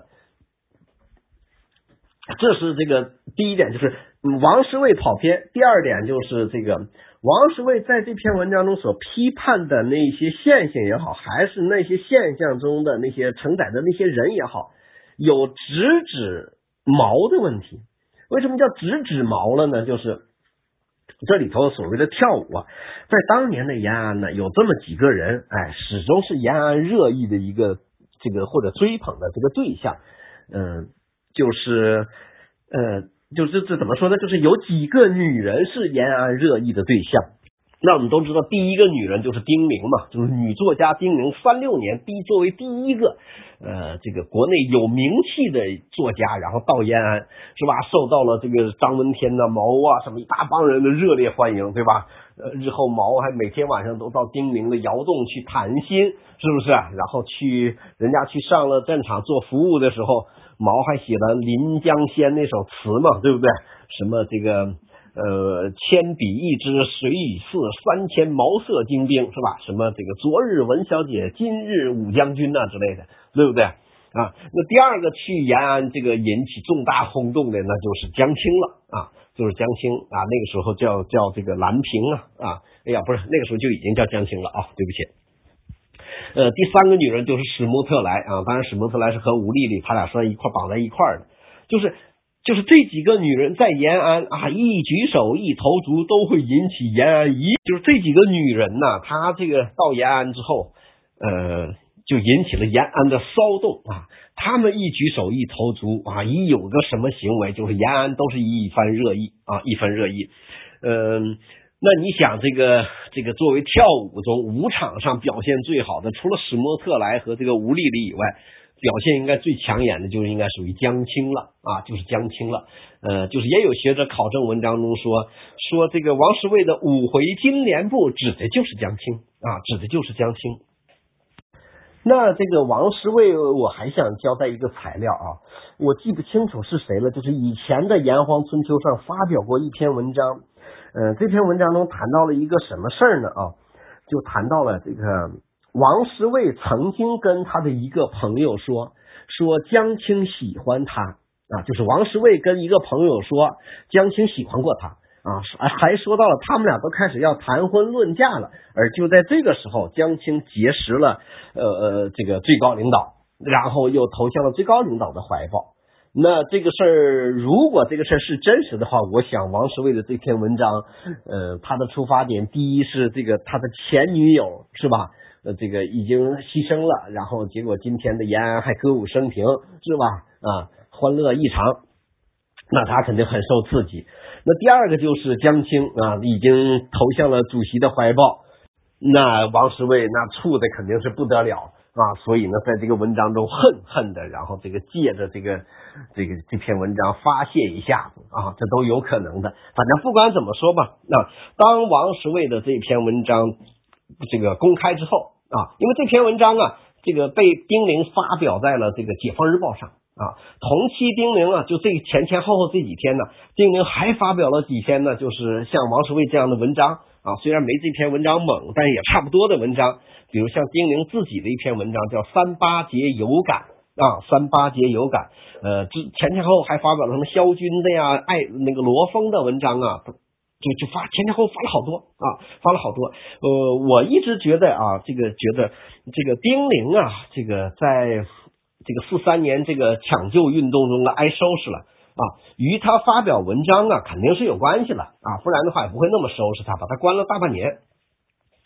这是这个第一点，就是王世卫跑偏。第二点就是这个王世卫在这篇文章中所批判的那些现象也好，还是那些现象中的那些承载的那些人也好，有直指毛的问题。为什么叫直指毛了呢？就是这里头所谓的跳舞啊，在当年的延安呢，有这么几个人，哎，始终是延安热议的一个这个或者追捧的这个对象。嗯，就是呃，就是这怎么说呢？就是有几个女人是延安热议的对象。那我们都知道，第一个女人就是丁玲嘛，就是女作家丁玲，三六年第作为第一个呃这个国内有名气的作家，然后到延安是吧，受到了这个张闻天呐、毛啊什么一大帮人的热烈欢迎，对吧？呃，日后毛还每天晚上都到丁玲的窑洞去谈心，是不是？然后去人家去上了战场做服务的时候，毛还写了《临江仙》那首词嘛，对不对？什么这个呃，千笔一支水与寺，三千毛色精兵，是吧？什么这个昨日文小姐，今日武将军呐、啊、之类的，对不对啊？那第二个去延安这个引起重大轰动的，那就是江青了啊，就是江青啊，那个时候叫叫这个兰平啊啊，哎呀，不是那个时候就已经叫江青了啊，对不起。呃，第三个女人就是史穆特莱啊，当然史穆特莱是和吴丽丽他俩算一块绑在一块的，就是。就是这几个女人在延安啊，一举手一投足都会引起延安一，就是这几个女人呢，她这个到延安之后，呃，就引起了延安的骚动啊。她们一举手一投足啊，一有个什么行为，就是延安都是一番热议啊，一番热议。嗯、呃，那你想这个这个作为跳舞中舞场上表现最好的，除了史莫特莱和这个吴丽丽以外，表现应该最抢眼的就是应该属于江青了啊，就是江青了。呃，就是也有学者考证文章中说说这个王世卫的五回金莲部指的就是江青啊，指的就是江青。那这个王世卫，我还想交代一个材料啊，我记不清楚是谁了，就是以前的《炎黄春秋》上发表过一篇文章，呃，这篇文章中谈到了一个什么事儿呢啊？就谈到了这个。王世卫曾经跟他的一个朋友说，说江青喜欢他啊，就是王世卫跟一个朋友说江青喜欢过他啊，还说到了他们俩都开始要谈婚论嫁了，而就在这个时候，江青结识了呃呃这个最高领导，然后又投向了最高领导的怀抱。那这个事儿，如果这个事儿是真实的话，我想王世卫的这篇文章，呃，他的出发点，第一是这个他的前女友是吧？呃，这个已经牺牲了，然后结果今天的延安还歌舞升平，是吧？啊，欢乐异常，那他肯定很受刺激。那第二个就是江青啊，已经投向了主席的怀抱，那王世卫那处的肯定是不得了啊，所以呢，在这个文章中恨恨的，然后这个借着这个这个这篇文章发泄一下子啊，这都有可能的。反正不管怎么说吧，那当王世卫的这篇文章这个公开之后啊，因为这篇文章啊，这个被丁玲发表在了这个解放日报上啊。同期丁玲啊，就这前前后后这几天呢，丁玲还发表了几篇呢，就是像王世卫这样的文章啊，虽然没这篇文章猛，但也差不多的文章。比如像丁玲自己的一篇文章叫《三八节有感》啊，《三八节有感》呃，之前前后后还发表了什么萧军的呀、爱那个罗峰的文章啊。就就发前前后后发了好多啊，发了好多。呃，我一直觉得啊，这个觉得这个丁玲啊，这个在这个四三年这个抢救运动中啊挨收拾了啊，与他发表文章啊肯定是有关系了啊，不然的话也不会那么收拾他，把他关了大半年。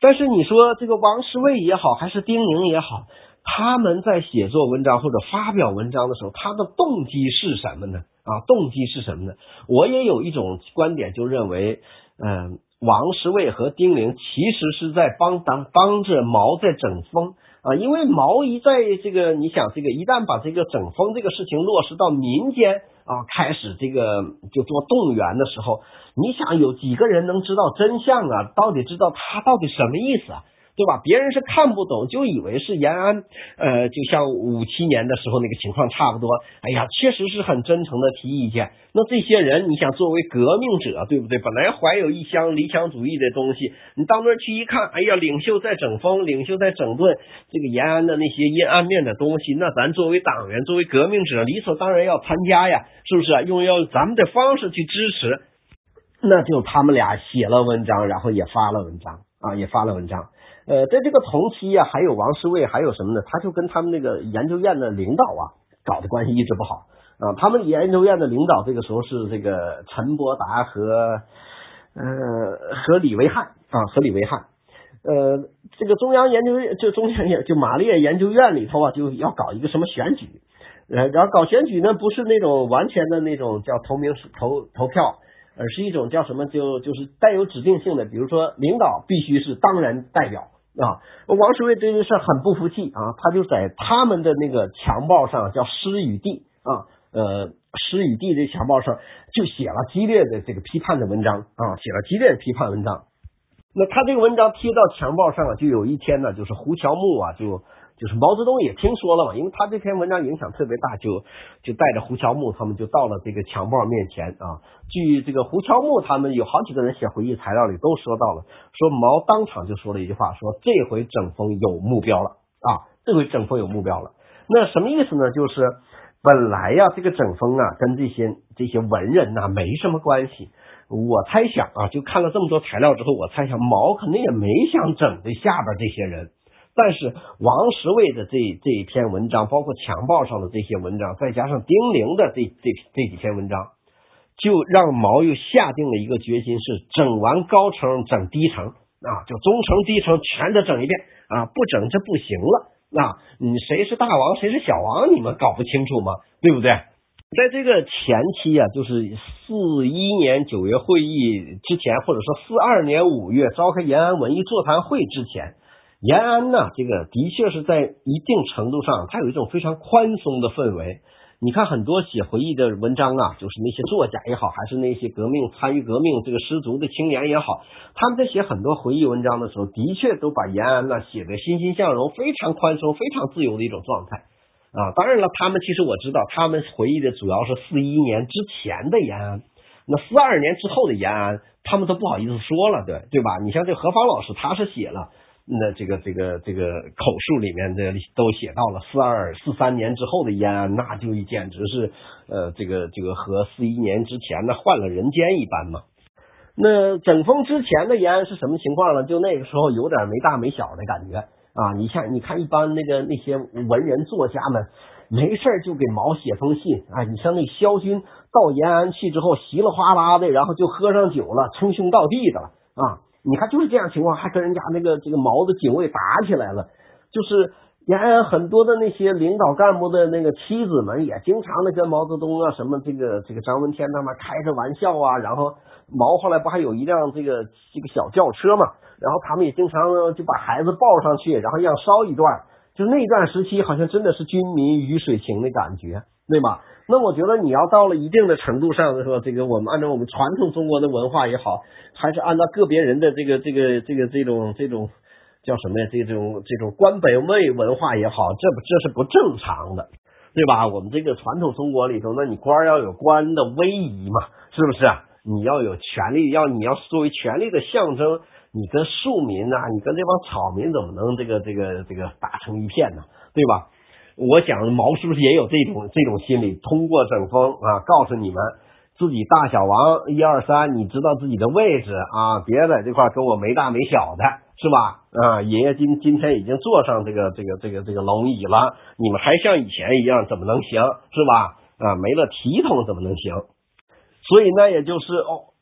但是你说这个王师卫也好，还是丁宁也好，他们在写作文章或者发表文章的时候，他的动机是什么呢？啊，动机是什么呢？我也有一种观点，就认为，嗯、呃，王师卫和丁宁其实是在帮当帮着毛在整风啊，因为毛一在这个，你想这个一旦把这个整风这个事情落实到民间啊，开始这个就做动员的时候，你想有几个人能知道真相啊？到底知道他到底什么意思啊？对吧？别人是看不懂，就以为是延安，呃，就像五七年的时候那个情况差不多。哎呀，确实是很真诚的提意见。那这些人，你想作为革命者，对不对？本来怀有一厢理想主义的东西，你到那儿去一看，哎呀，领袖在整风，领袖在整顿这个延安的那些阴暗面的东西，那咱作为党员，作为革命者，理所当然要参加呀，是不是啊？用要咱们的方式去支持。那就他们俩写了文章，然后也发了文章啊，也发了文章。呃，在这个同期啊，还有王师卫，还有什么呢？他就跟他们那个研究院的领导啊，搞的关系一直不好啊。他们研究院的领导这个时候是这个陈伯达和呃和李维汉啊，和李维汉。呃，这个中央研究院就中央研就马列研究院里头啊，就要搞一个什么选举，呃，然后搞选举呢，不是那种完全的那种叫投名投投票。而是一种叫什么就就是带有指定性的，比如说领导必须是当然代表啊。王师卫对这事很不服气啊，他就在他们的那个墙报上叫诗与地啊，呃，诗与地这墙报上就写了激烈的这个批判的文章啊，写了激烈的批判文章。那他这个文章贴到墙报上啊，就有一天呢，就是胡乔木啊，就就是毛泽东也听说了嘛，因为他这篇文章影响特别大，就就带着胡乔木他们就到了这个墙报面前啊。据这个胡乔木他们有好几个人写回忆材料里都说到了，说毛当场就说了一句话，说这回整风有目标了啊，这回整风有目标了。那什么意思呢？就是本来呀，这个整风啊，跟这些这些文人呐、啊、没什么关系。我猜想啊，就看了这么多材料之后，我猜想毛肯定也没想整这下边这些人。但是王石卫的这这一篇文章，包括墙报上的这些文章，再加上丁玲的这这这几篇文章，就让毛又下定了一个决心，是整完高层整低层啊，就中层低层全都整一遍啊，不整这不行了。那你谁是大王谁是小王，你们搞不清楚吗？对不对？在这个前期啊，就是四一年九月会议之前，或者说四二年五月召开延安文艺座谈会之前，延安呢，这个的确是在一定程度上，它有一种非常宽松的氛围。你看很多写回忆的文章啊，就是那些作家也好，还是那些革命参与革命这个失足的青年也好，他们在写很多回忆文章的时候，的确都把延安呢写得欣欣向荣，非常宽松，非常自由的一种状态。啊，当然了，他们其实我知道，他们回忆的主要是四一年之前的延安，那四二年之后的延安，他们都不好意思说了，对对吧？你像这何方老师，他是写了，那这个这个这个口述里面的都写到了四二四三年之后的延安，那就简直是呃这个这个和四一年之前的换了人间一般嘛。那整风之前的延安是什么情况呢？就那个时候有点没大没小的感觉。啊，你像你看一般那个那些文人作家们，没事就给毛写封信啊。你像那萧军到延安去之后，稀里哗啦的，然后就喝上酒了，称兄道弟的了啊。你看就是这样情况，还跟人家那个这个毛的警卫打起来了。就是延安很多的那些领导干部的那个妻子们，也经常的跟毛泽东啊什么这个这个张闻天他们开着玩笑啊。然后毛后来不还有一辆这个这个小轿车嘛？然后他们也经常就把孩子抱上去，然后让烧一段，就那段时期好像真的是军民鱼水情的感觉，对吧？那我觉得你要到了一定的程度上说，这个我们按照我们传统中国的文化也好，还是按照个别人的这个这个这个这种这种叫什么呀？这种这种官本位文化也好，这不这是不正常的，对吧？我们这个传统中国里头，那你官要有官的威仪嘛，是不是啊？你要有权力，要你要作为权力的象征。你跟庶民啊，你跟这帮草民怎么能这个这个这个打成一片呢？对吧？我想毛是不是也有这种这种心理？通过整风啊，告诉你们自己大小王一二三，你知道自己的位置啊，别在这块跟我没大没小的，是吧？啊，爷爷今今天已经坐上这个这个这个这个龙椅了，你们还像以前一样怎么能行？是吧？啊，没了体统怎么能行？所以呢，也就是哦。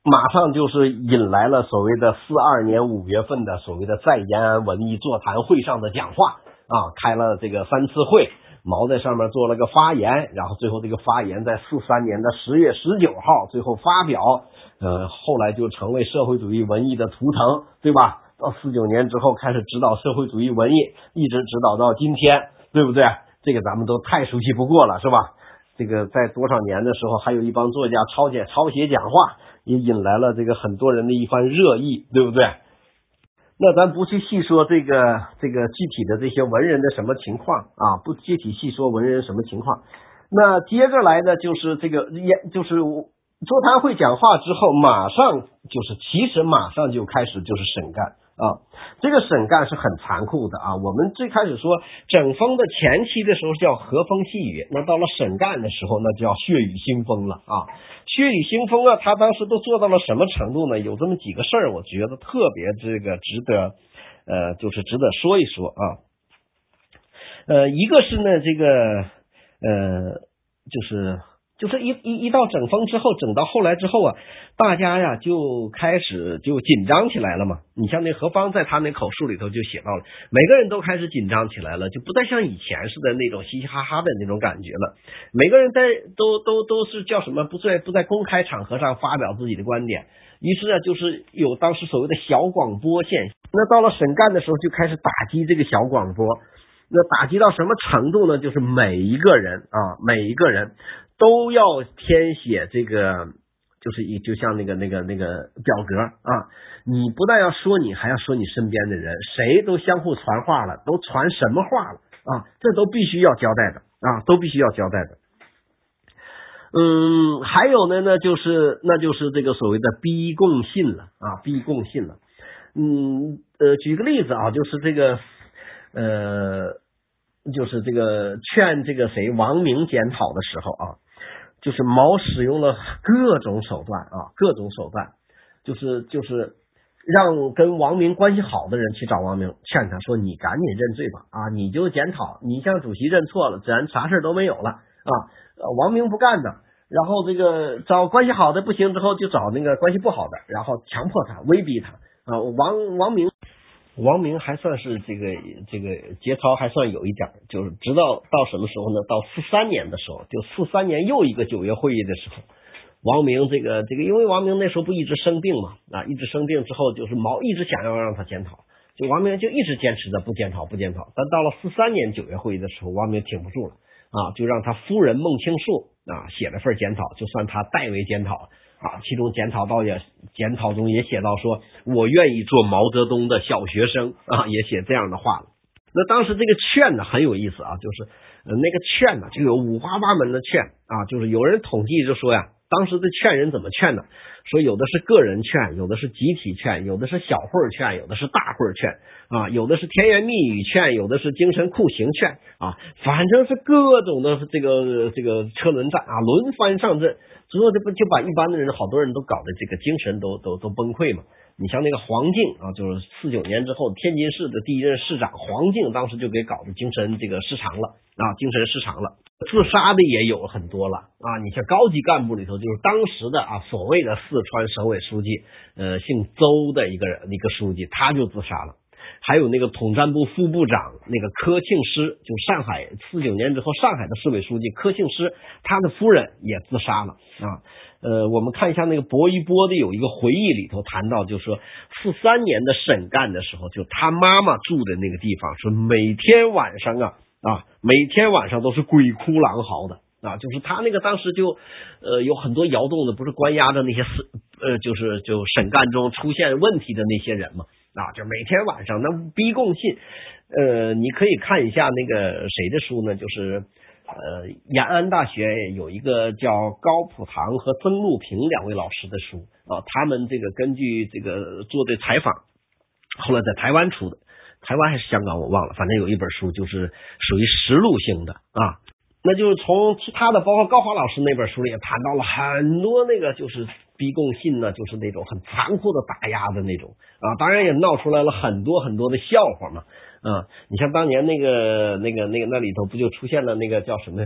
马上就是引来了所谓的四二年五月份的所谓的在延安文艺座谈会上的讲话啊，开了这个三次会，毛在上面做了个发言，然后最后这个发言在四三年的十月十九号最后发表，呃，后来就成为社会主义文艺的图腾，对吧？到四九年之后开始指导社会主义文艺，一直指导到今天，对不对？这个咱们都太熟悉不过了，是吧？这个在多少年的时候，还有一帮作家抄写抄写讲话，也引来了这个很多人的一番热议，对不对？那咱不去细说这个这个具体的这些文人的什么情况啊，不具体细说文人什么情况。那接着来的就是这个也就是座谈会讲话之后，马上就是其实马上就开始就是审干啊，这个审干是很残酷的啊。我们最开始说整风的前期的时候叫和风细雨，那到了审干的时候那叫血雨腥风了啊。血雨腥风啊，他当时都做到了什么程度呢？有这么几个事儿，我觉得特别这个值得呃，就是值得说一说啊。呃，一个是呢，这个呃，就是就是一一一到整风之后，整到后来之后啊，大家呀就开始就紧张起来了嘛。你像那何方在他那口述里头就写到了，每个人都开始紧张起来了，就不再像以前似的那种嘻嘻哈哈的那种感觉了。每个人在都都都是叫什么，不在不在公开场合上发表自己的观点。于是啊，就是有当时所谓的小广播现象。那到了审干的时候，就开始打击这个小广播。那打击到什么程度呢？就是每一个人啊，每一个人都要填写这个，就是一就像那个那个那个表格啊，你不但要说你，还要说你身边的人，谁都相互传话了，都传什么话了啊？这都必须要交代的啊，都必须要交代的。嗯，还有呢，那就是那就是这个所谓的逼供信了啊，逼供信了。嗯呃，举个例子啊，就是这个呃，就是这个劝这个谁王明检讨的时候啊，就是毛使用了各种手段啊，各种手段，就是就是让跟王明关系好的人去找王明，劝他说你赶紧认罪吧啊，你就检讨，你向主席认错了，咱啥事都没有了啊。王明不干的，然后这个找关系好的不行之后，就找那个关系不好的，然后强迫他，威逼他啊。王王明。王明还算是这个这个节操还算有一点，就是直到到什么时候呢？到四三年的时候，就四三年又一个九月会议的时候，王明这个这个，因为王明那时候不一直生病嘛，啊，一直生病之后，就是毛一直想要让他检讨，就王明就一直坚持着不检讨不检讨。但到了四三年九月会议的时候，王明挺不住了啊，就让他夫人孟庆树啊写了份检讨，就算他代为检讨。啊，其中检讨到也检讨中也写到说，我愿意做毛泽东的小学生啊，也写这样的话了。那当时这个劝呢很有意思啊，就是呃那个劝呢就有五花八门的劝啊，就是有人统计就说呀，当时的劝人怎么劝呢？说有的是个人劝，有的是集体劝，有的是小会劝，有的是大会劝啊，有的是甜言蜜语劝，有的是精神酷刑劝啊，反正是各种的这个这个车轮战啊，轮番上阵。之后这不就把一般的人好多人都搞得这个精神都都都崩溃嘛。你像那个黄敬啊，就是四九年之后天津市的第一任市长黄敬，当时就给搞得精神这个失常了啊，精神失常了。自杀的也有很多了啊，你像高级干部里头，就是当时的啊所谓的四川省委书记，呃，姓邹的一个人，一个书记，他就自杀了。还有那个统战部副部长那个柯庆施，就上海四九年之后上海的市委书记柯庆施，他的夫人也自杀了啊。呃，我们看一下那个薄一波的有一个回忆里头谈到，就是说四三年的审干的时候，就他妈妈住的那个地方，说每天晚上啊啊，每天晚上都是鬼哭狼嚎的。啊，就是他那个当时就呃有很多窑洞的，不是关押的那些呃就是就审干中出现问题的那些人嘛，啊，就每天晚上那逼供信，呃，你可以看一下那个谁的书呢，就是呃延安大学有一个叫高普堂和曾路平两位老师的书啊，他们这个根据这个做的采访，后来在台湾出的，台湾还是香港我忘了，反正有一本书就是属于实录性的啊。那就是从其他的，包括高华老师那本书里也谈到了很多那个就是逼供信呢，就是那种很残酷的打压的那种啊，当然也闹出来了很多很多的笑话嘛。啊，你像当年那个那个那个那里头不就出现了那个叫什么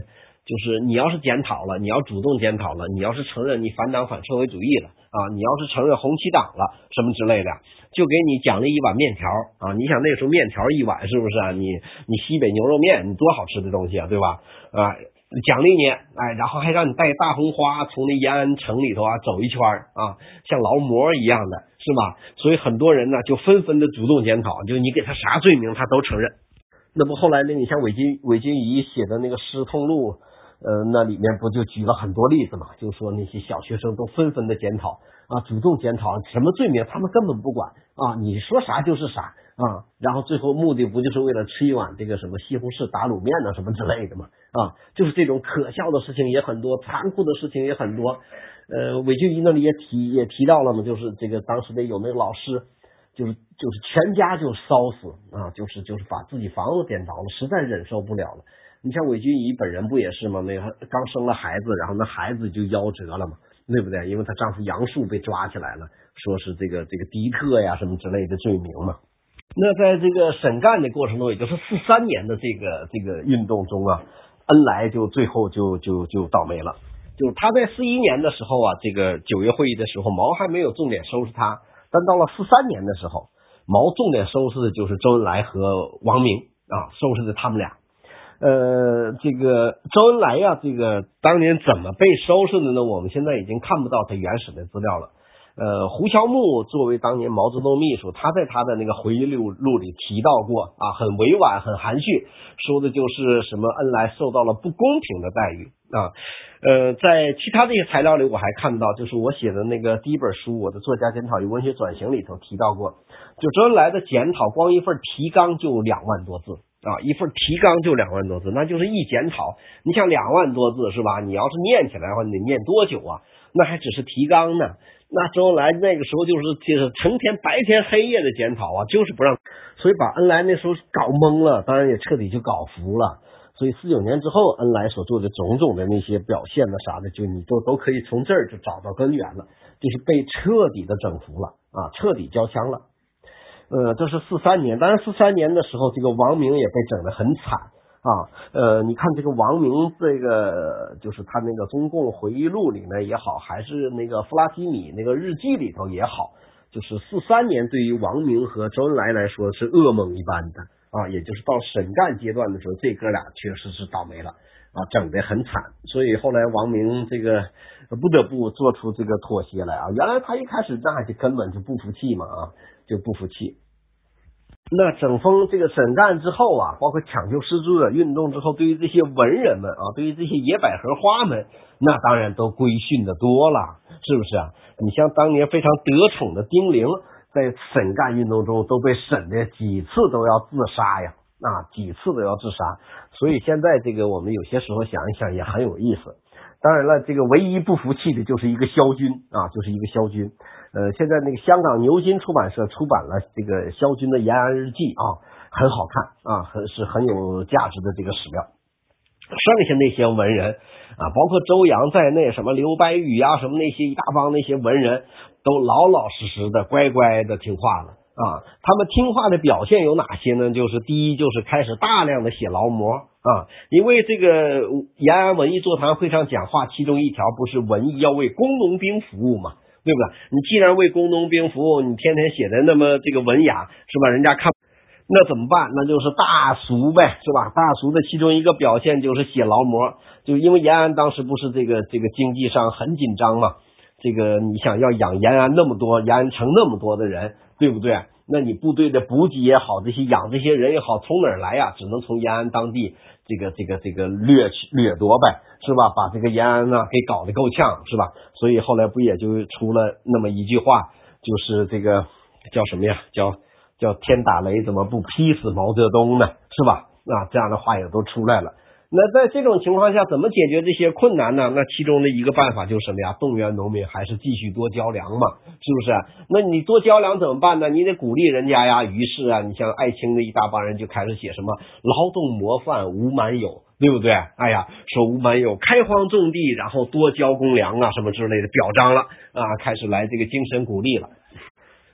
就是你要是检讨了，你要主动检讨了，你要是承认你反党反社会主义了啊，你要是承认红旗党了什么之类的，就给你奖励一碗面条啊！你想那时候面条一碗是不是啊？你你西北牛肉面，你多好吃的东西啊，对吧？啊，奖励你，哎，然后还让你带大红花从那延安城里头啊走一圈啊，像劳模一样的，是吧？所以很多人呢就纷纷的主动检讨，就你给他啥罪名他都承认。那不后来那你像韦金韦金仪写的那个诗通录。呃，那里面不就举了很多例子嘛？就说那些小学生都纷纷的检讨啊，主动检讨什么罪名，他们根本不管啊，你说啥就是啥啊，然后最后目的不就是为了吃一碗这个什么西红柿打卤面呢，什么之类的嘛？啊，就是这种可笑的事情也很多，残酷的事情也很多。呃，韦俊仪那里也提也提到了嘛，就是这个当时的有那个老师，就是就是全家就烧死啊，就是就是把自己房子点着了，实在忍受不了了。你像韦君仪本人不也是吗？那个刚生了孩子，然后那孩子就夭折了嘛，对不对？因为她丈夫杨树被抓起来了，说是这个这个敌特呀什么之类的罪名嘛。那在这个审干的过程中，也就是四三年的这个这个运动中啊，恩来就最后就就就倒霉了。就是他在四一年的时候啊，这个九月会议的时候，毛还没有重点收拾他，但到了四三年的时候，毛重点收拾的就是周恩来和王明啊，收拾的他们俩。呃，这个周恩来呀、啊，这个当年怎么被收拾的呢？我们现在已经看不到他原始的资料了。呃，胡乔木作为当年毛泽东秘书，他在他的那个回忆录录里提到过啊，很委婉，很含蓄，说的就是什么恩来受到了不公平的待遇啊。呃，在其他这些材料里，我还看到，就是我写的那个第一本书《我的作家检讨与文学转型》里头提到过，就周恩来的检讨，光一份提纲就两万多字。啊，一份提纲就两万多字，那就是一检讨。你想两万多字是吧？你要是念起来的话，你得念多久啊？那还只是提纲呢。那周恩来那个时候就是就是成天白天黑夜的检讨啊，就是不让，所以把恩来那时候搞懵了，当然也彻底就搞服了。所以四九年之后，恩来所做的种种的那些表现呢啥的，就你都都可以从这儿就找到根源了，就是被彻底的整服了啊，彻底交枪了。呃，这是四三年，当然四三年的时候，这个王明也被整得很惨啊。呃，你看这个王明，这个就是他那个中共回忆录里面也好，还是那个弗拉基米那个日记里头也好，就是四三年对于王明和周恩来来说是噩梦一般的啊。也就是到审干阶段的时候，这哥俩确实是倒霉了啊，整得很惨。所以后来王明这个不得不做出这个妥协来啊。原来他一开始那就根本就不服气嘛啊，就不服气。那整风这个审干之后啊，包括抢救失踪者运动之后，对于这些文人们啊，对于这些野百合花们，那当然都规训的多了，是不是啊？你像当年非常得宠的丁玲，在审干运动中都被审的几次都要自杀呀，啊，几次都要自杀。所以现在这个我们有些时候想一想也很有意思。当然了，这个唯一不服气的就是一个萧军啊，就是一个萧军。呃，现在那个香港牛津出版社出版了这个萧军的延安日记啊，很好看啊，很是很有价值的这个史料。剩下那些文人啊，包括周扬在内，什么刘白羽啊，什么那些一大帮那些文人，都老老实实的、乖乖的听话了啊。他们听话的表现有哪些呢？就是第一，就是开始大量的写劳模啊，因为这个延安文艺座谈会上讲话，其中一条不是文艺要为工农兵服务嘛，对不对？你既然为工农兵服务，你天天写的那么这个文雅，是吧？人家看。那怎么办？那就是大俗呗，是吧？大俗的其中一个表现就是写劳模，就因为延安当时不是这个这个经济上很紧张嘛，这个你想要养延安那么多延安城那么多的人，对不对？那你部队的补给也好，这些养这些人也好，从哪儿来呀？只能从延安当地这个这个这个掠掠夺呗，是吧？把这个延安呢给搞得够呛，是吧？所以后来不也就出了那么一句话，就是这个叫什么呀？叫叫天打雷怎么不劈死毛泽东呢？是吧？啊，这样的话也都出来了。那在这种情况下，怎么解决这些困难呢？那其中的一个办法就是什么呀？动员农民还是继续多交粮嘛，是不是？那你多交粮怎么办呢？你得鼓励人家呀。于是啊，你像爱卿的一大帮人就开始写什么劳动模范吴满友，对不对？哎呀，说吴满友开荒种地，然后多交公粮啊，什么之类的表彰了啊，开始来这个精神鼓励了。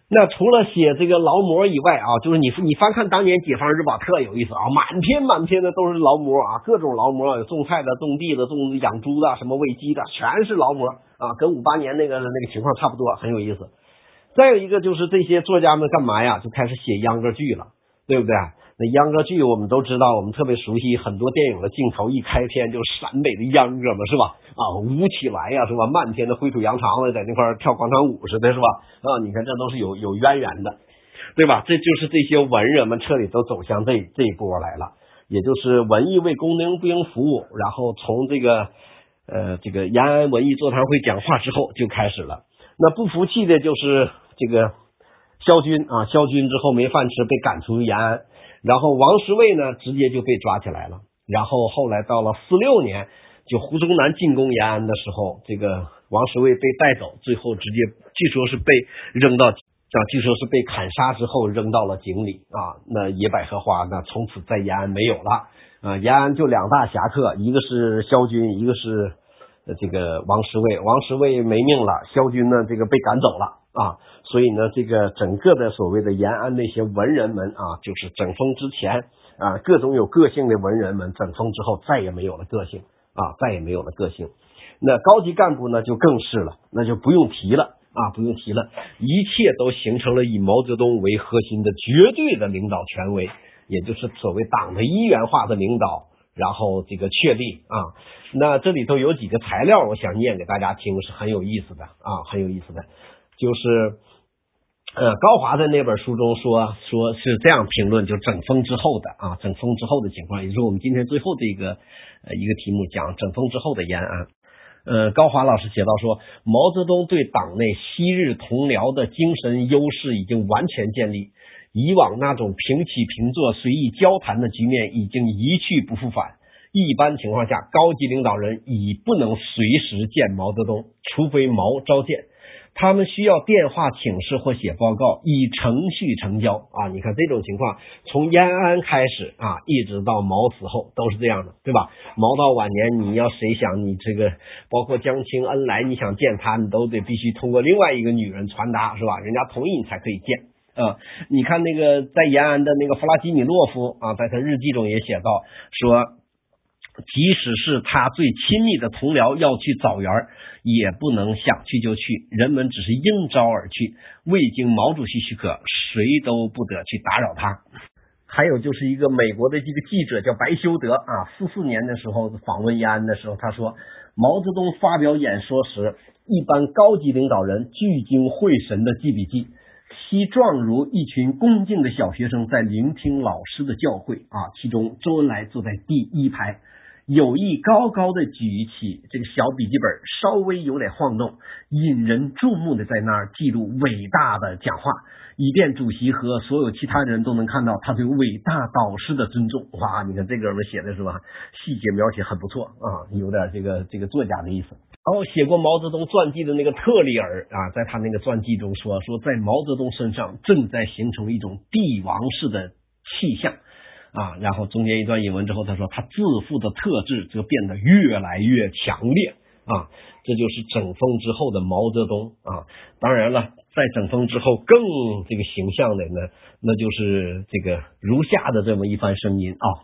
那除了写这个劳模以外啊，就是你你翻看当年解放日报特有意思啊，满篇满篇的都是劳模啊，各种劳模，有种菜的、种地的、种养猪的、什么喂鸡的，全是劳模啊，跟五八年那个那个情况差不多，很有意思。再有一个就是这些作家们干嘛呀？就开始写秧歌剧了，对不对？那秧歌剧我们都知道，我们特别熟悉，很多电影的镜头一开篇就是陕北的秧歌嘛，是吧？啊，舞起来呀，是吧？漫天的灰土扬长的，在那块跳广场舞似的，是吧？啊，你看这都是有有渊源的，对吧？这就是这些文人们彻底都走向这这一波来了，也就是文艺为公民不应服务，然后从这个呃这个延安文艺座谈会讲话之后就开始了。那不服气的就是这个萧军啊，萧军之后没饭吃，被赶出延安。然后王石卫呢，直接就被抓起来了。然后后来到了四六年，就胡宗南进攻延安的时候，这个王石卫被带走，最后直接据说是被扔到啊，据说是被砍杀之后扔到了井里啊。那野百合花那从此在延安没有了啊。延安就两大侠客，一个是萧军，一个是这个王石卫。王石卫没命了，萧军呢这个被赶走了啊。所以呢，这个整个的所谓的延安那些文人们啊，就是整风之前啊，各种有个性的文人们，整风之后再也没有了个性啊，再也没有了个性。那高级干部呢，就更是了，那就不用提了啊，不用提了，一切都形成了以毛泽东为核心的绝对的领导权威，也就是所谓党的一元化的领导，然后这个确立啊。那这里头有几个材料，我想念给大家听，是很有意思的啊，很有意思的，就是。呃，高华在那本书中说，说是这样评论，就整风之后的啊，整风之后的情况，也就是我们今天最后的一个呃一个题目，讲整风之后的延安。呃，高华老师写到说，毛泽东对党内昔日同僚的精神优势已经完全建立，以往那种平起平坐、随意交谈的局面已经一去不复返。一般情况下，高级领导人已不能随时见毛泽东，除非毛召见。他们需要电话请示或写报告，以程序成交啊！你看这种情况，从延安开始啊，一直到毛死后都是这样的，对吧？毛到晚年，你要谁想你这个，包括江青、恩来，你想见他，你都得必须通过另外一个女人传达，是吧？人家同意你才可以见啊！你看那个在延安的那个弗拉基米洛夫啊，在他日记中也写到说，即使是他最亲密的同僚要去枣园，也不能想去就去，人们只是应召而去，未经毛主席许可，谁都不得去打扰他。还有就是一个美国的这个记者叫白修德啊，四四年的时候访问延安的时候，他说毛泽东发表演说时，一般高级领导人聚精会神的记笔记，其状如一群恭敬的小学生在聆听老师的教诲啊。其中周恩来坐在第一排，有意高高的举起这个小笔记本，稍微有点晃动，引人注目的在那儿记录伟大的讲话，以便主席和所有其他人都能看到他对伟大导师的尊重。哇，你看这哥们写的是吧？细节描写很不错啊，有点这个这个作家的意思。然后写过毛泽东传记的那个特里尔啊，在他那个传记中说，说在毛泽东身上正在形成一种帝王式的气象。啊，然后中间一段引文之后，他说他自负的特质则变得越来越强烈啊，这就是整风之后的毛泽东啊。当然了，在整风之后更这个形象的呢，那就是这个如下的这么一番声音啊。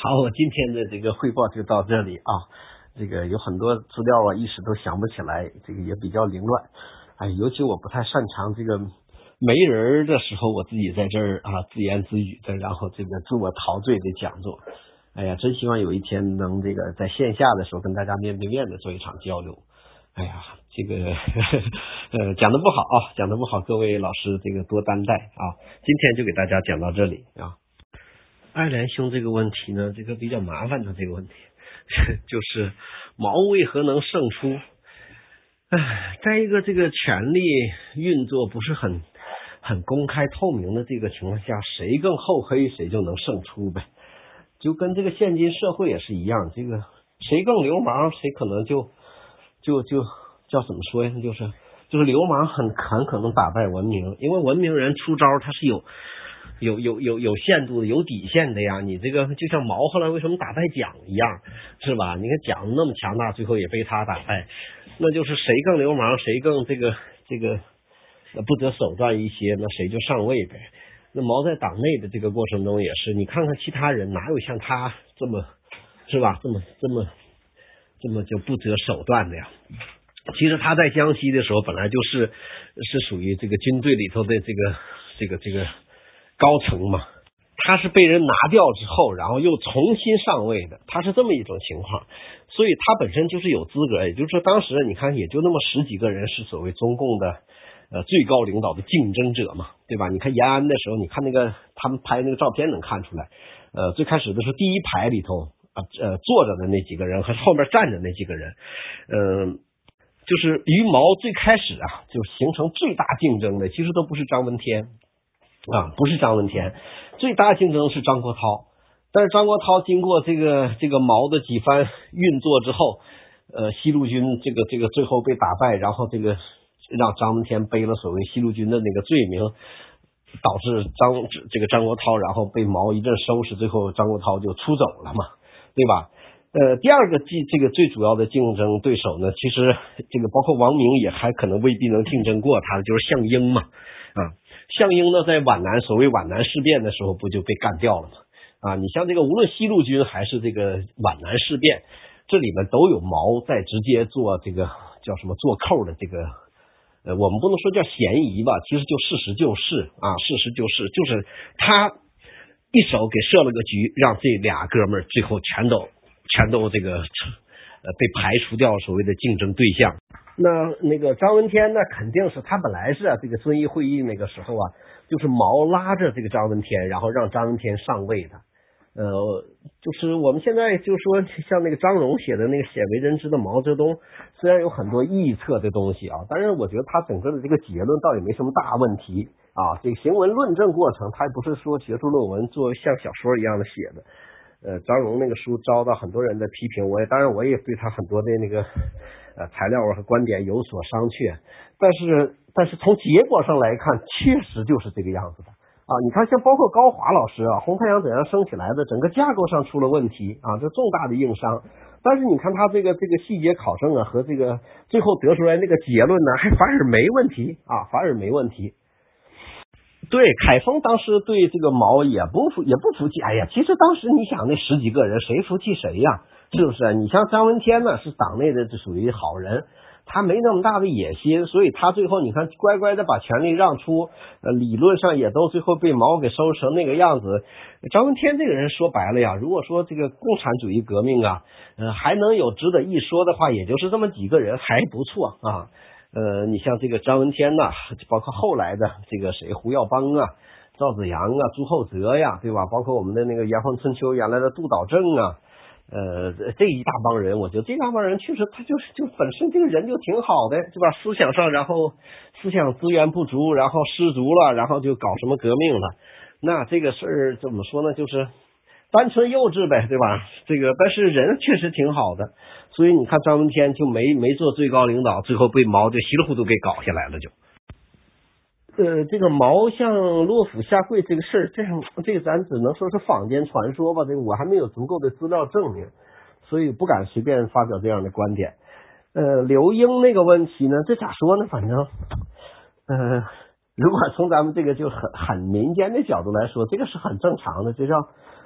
好，我今天的这个汇报就到这里啊。这个有很多资料啊，一时都想不起来，这个也比较凌乱。哎，尤其我不太擅长这个没人的时候，我自己在这儿啊自言自语的，然后这个自我陶醉的讲座。哎呀，真希望有一天能这个在线下的时候跟大家面对面的做一场交流。哎呀，这个呃讲的不好啊，讲的不好，各位老师这个多担待啊。今天就给大家讲到这里啊。爱莲兄这个问题呢，这个比较麻烦的这个问题，就是毛为何能胜出？哎，在一个这个权力运作不是很很公开透明的这个情况下，谁更厚黑谁就能胜出呗。就跟这个现今社会也是一样，这个谁更流氓，谁可能就就就叫怎么说呀？就是就是流氓很很可能打败文明，因为文明人出招他是有有有有有限度的，有底线的呀。你这个就像毛后来为什么打败蒋一样，是吧？你看蒋那么强大，最后也被他打败，那就是谁更流氓，谁更这个这个不择手段一些，那谁就上位呗。那毛在党内的这个过程中也是，你看看其他人哪有像他这么是吧？这么这么这么就不择手段的呀？其实他在江西的时候，本来就是是属于这个军队里头的这个这个这个高层嘛。他是被人拿掉之后，然后又重新上位的，他是这么一种情况，所以他本身就是有资格。也就是说，当时你看也就那么十几个人是所谓中共的呃最高领导的竞争者嘛，对吧？你看延安的时候，你看那个他们拍那个照片能看出来，呃，最开始的时候第一排里头啊呃坐着的那几个人和后面站着那几个人，嗯、呃。就是与毛最开始啊，就形成最大竞争的，其实都不是张闻天啊，不是张闻天，最大竞争是张国焘。但是张国焘经过这个这个毛的几番运作之后，呃，西路军这个这个最后被打败，然后这个让张闻天背了所谓西路军的那个罪名，导致张这个张国焘然后被毛一阵收拾，最后张国焘就出走了嘛，对吧？呃，第二个这个最主要的竞争对手呢，其实这个包括王明也还可能未必能竞争过他的，就是项英嘛。啊，项英呢在皖南所谓皖南事变的时候不就被干掉了吗？啊，你像这个无论西路军还是这个皖南事变，这里面都有毛在直接做这个叫什么做扣的这个，呃，我们不能说叫嫌疑吧，其实就事实就是啊，事实就是就是他一手给设了个局，让这俩哥们儿最后全都。全都这个呃被排除掉所谓的竞争对象。那那个张闻天呢，肯定是他本来是啊这个遵义会议那个时候啊，就是毛拉着这个张闻天，然后让张闻天上位的。呃，就是我们现在就说像那个张荣写的那个鲜为人知的毛泽东，虽然有很多臆测的东西啊，但是我觉得他整个的这个结论倒也没什么大问题啊。这个行文论证过程，他也不是说学术论文做像小说一样的写的。呃，张荣那个书遭到很多人的批评，我也当然我也对他很多的那个呃材料和观点有所商榷，但是但是从结果上来看，确实就是这个样子的啊。你看，像包括高华老师啊，红太阳怎样升起来的，整个架构上出了问题啊，这重大的硬伤。但是你看他这个这个细节考证啊，和这个最后得出来那个结论呢，还反而没问题啊，反而没问题。对，凯丰当时对这个毛也不服也不服气。哎呀，其实当时你想那十几个人谁服气谁呀？是不是？你像张闻天呢，是党内的这属于好人，他没那么大的野心，所以他最后你看乖乖的把权力让出，呃，理论上也都最后被毛给收拾成那个样子。张闻天这个人说白了呀，如果说这个共产主义革命啊，呃，还能有值得一说的话，也就是这么几个人，还不错啊。呃，你像这个张闻天呐，包括后来的这个谁胡耀邦啊、赵子阳啊、朱厚泽呀，对吧？包括我们的那个炎黄春秋原来的杜导正啊，呃，这一大帮人，我觉得这大帮人确实他就是就本身这个人就挺好的，对吧？思想上，然后思想资源不足，然后失足了，然后就搞什么革命了。那这个事儿怎么说呢？就是单纯幼稚呗，对吧？这个但是人确实挺好的。所以你看张闻天就没没做最高领导，最后被毛就稀里糊涂给搞下来了就。呃，这个毛向洛府下跪这个事儿，这样这个咱只能说是坊间传说吧，这个我还没有足够的资料证明，所以不敢随便发表这样的观点。呃，刘英那个问题呢，这咋说呢？反正，呃，如果从咱们这个就很很民间的角度来说，这个是很正常的，就叫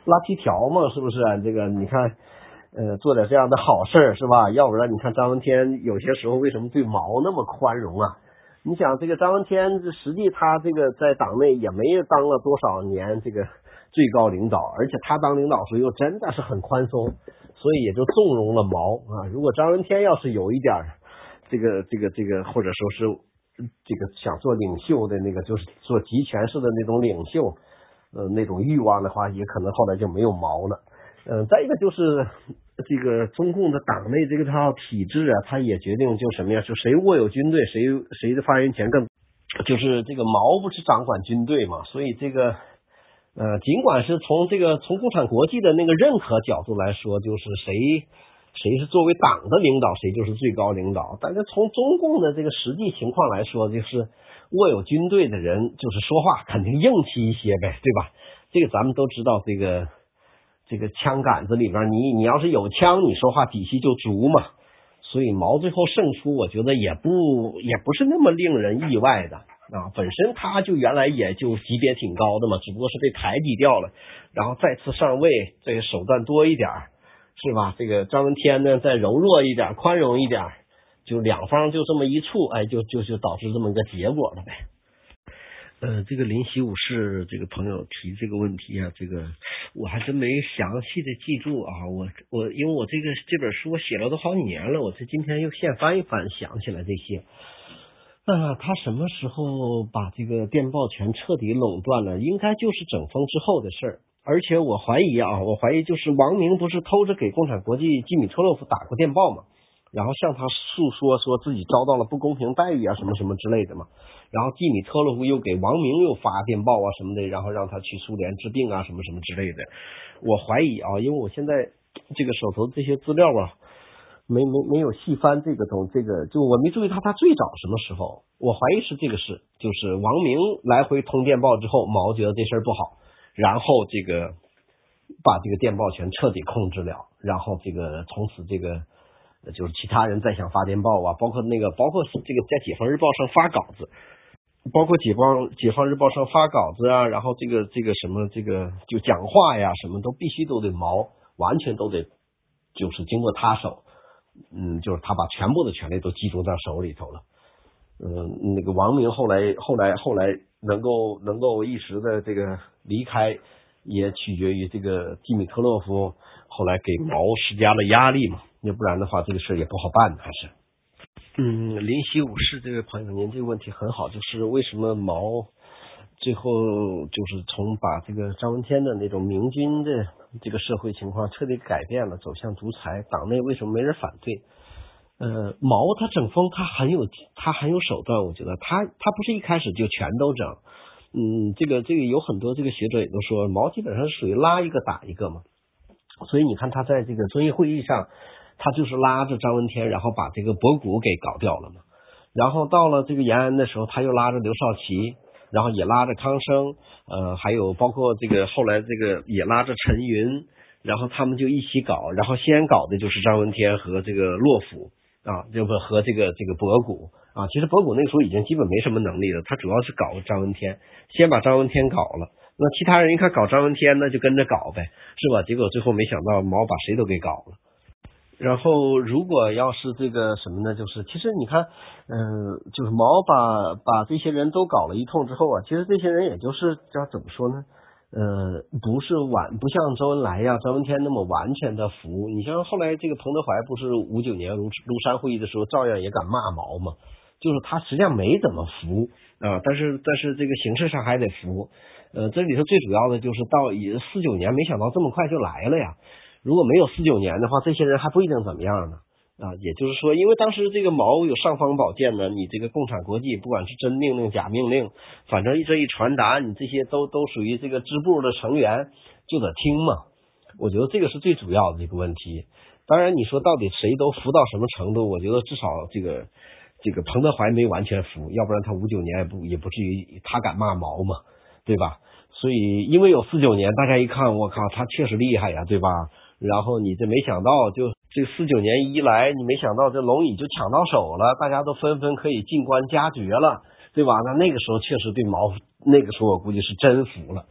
拉皮条嘛，是不是？这个你看，呃，做点这样的好事儿是吧？要不然你看张闻天有些时候为什么对毛那么宽容啊？你想这个张闻天，实际他这个在党内也没当了多少年这个最高领导，而且他当领导时候又真的是很宽松，所以也就纵容了毛啊。如果张闻天要是有一点这个这个这个，或者说是这个想做领袖的那个，就是做集权式的那种领袖，呃，那种欲望的话，也可能后来就没有毛了。嗯、呃，再一个就是这个中共的党内这个套体制啊，它也决定就什么呀？就谁握有军队，谁谁的发言权更，就是这个毛不是掌管军队嘛，所以这个呃，尽管是从这个从共产国际的那个认可角度来说，就是谁谁是作为党的领导，谁就是最高领导。但是从中共的这个实际情况来说，就是握有军队的人，就是说话肯定硬气一些呗，对吧？这个咱们都知道，这个这个枪杆子里边，你你要是有枪，你说话底气就足嘛。所以毛最后胜出，我觉得也不也不是那么令人意外的啊。本身他就原来也就级别挺高的嘛，只不过是被排挤掉了，然后再次上位，这个手段多一点，是吧？这个张闻天呢再柔弱一点，宽容一点，就两方就这么一处，哎，就就就导致这么一个结果了呗。呃，这个林习武士这个朋友提这个问题啊，这个我还真没详细的记住啊。我我因为我这个这本书我写了都好几年了，我这今天又现翻一翻，想起来这些。啊，他什么时候把这个电报权彻底垄断了？应该就是整风之后的事儿。而且我怀疑啊，我怀疑就是王明不是偷着给共产国际基米特洛夫打过电报嘛，然后向他诉说说自己遭到了不公平待遇啊什么什么之类的嘛。然后基米特洛夫又给王明又发电报啊什么的，然后让他去苏联治病啊什么什么之类的。我怀疑啊，因为我现在这个手头这些资料啊，没没没有细翻这个东这个，就我没注意他他最早什么时候。我怀疑是这个事，就是王明来回通电报之后，毛觉得这事儿不好，然后这个把这个电报权彻底控制了，然后这个从此这个就是其他人再想发电报啊，包括那个包括这个在解放日报上发稿子。包括解放解放日报上发稿子啊，然后这个这个什么这个就讲话呀，什么都必须都得毛，完全都得就是经过他手，嗯，就是他把全部的权利都集中在手里头了。嗯，那个王明后来后来后来能够能够一时的这个离开，也取决于这个基米特洛夫后来给毛施加了压力嘛，要不然的话这个事也不好办，还是。嗯，林习武士这位朋友，您这个问题很好，就是为什么毛最后就是从把这个张闻天的那种明君的这个社会情况彻底改变了，走向独裁，党内为什么没人反对？呃，毛他整风，他很有他很有手段，我觉得他他不是一开始就全都整，嗯，这个这个有很多这个学者也都说，毛基本上是属于拉一个打一个嘛，所以你看他在这个遵义会议上。他就是拉着张闻天，然后把这个博古给搞掉了嘛。然后到了这个延安的时候，他又拉着刘少奇，然后也拉着康生，呃，还有包括这个后来这个也拉着陈云，然后他们就一起搞。然后先搞的就是张闻天和这个洛甫啊，这不和这个这个博古啊。其实博古那个时候已经基本没什么能力了，他主要是搞张闻天，先把张闻天搞了。那其他人一看搞张闻天呢，就跟着搞呗，是吧？结果最后没想到毛把谁都给搞了。然后，如果要是这个什么呢？就是其实你看，嗯、呃，就是毛把把这些人都搞了一通之后啊，其实这些人也就是叫怎么说呢？呃，不是完，不像周恩来呀、张闻天那么完全的服。你像后来这个彭德怀，不是五九年庐庐山会议的时候，照样也敢骂毛嘛，就是他实际上没怎么服啊，但是但是这个形式上还得服。呃，这里头最主要的就是到以四九年，没想到这么快就来了呀。如果没有四九年的话，这些人还不一定怎么样呢啊！也就是说，因为当时这个毛有尚方宝剑呢，你这个共产国际不管是真命令假命令，反正这一传达，你这些都都属于这个支部的成员，就得听嘛。我觉得这个是最主要的这个问题。当然，你说到底谁都服到什么程度？我觉得至少这个这个彭德怀没完全服，要不然他五九年也不也不至于他敢骂毛嘛，对吧？所以因为有四九年，大家一看，我靠，他确实厉害呀，对吧？然后你这没想到，就这四九年一来，你没想到这龙椅就抢到手了，大家都纷纷可以进关加爵了，对吧？那那个时候确实对毛，那个时候我估计是真服了。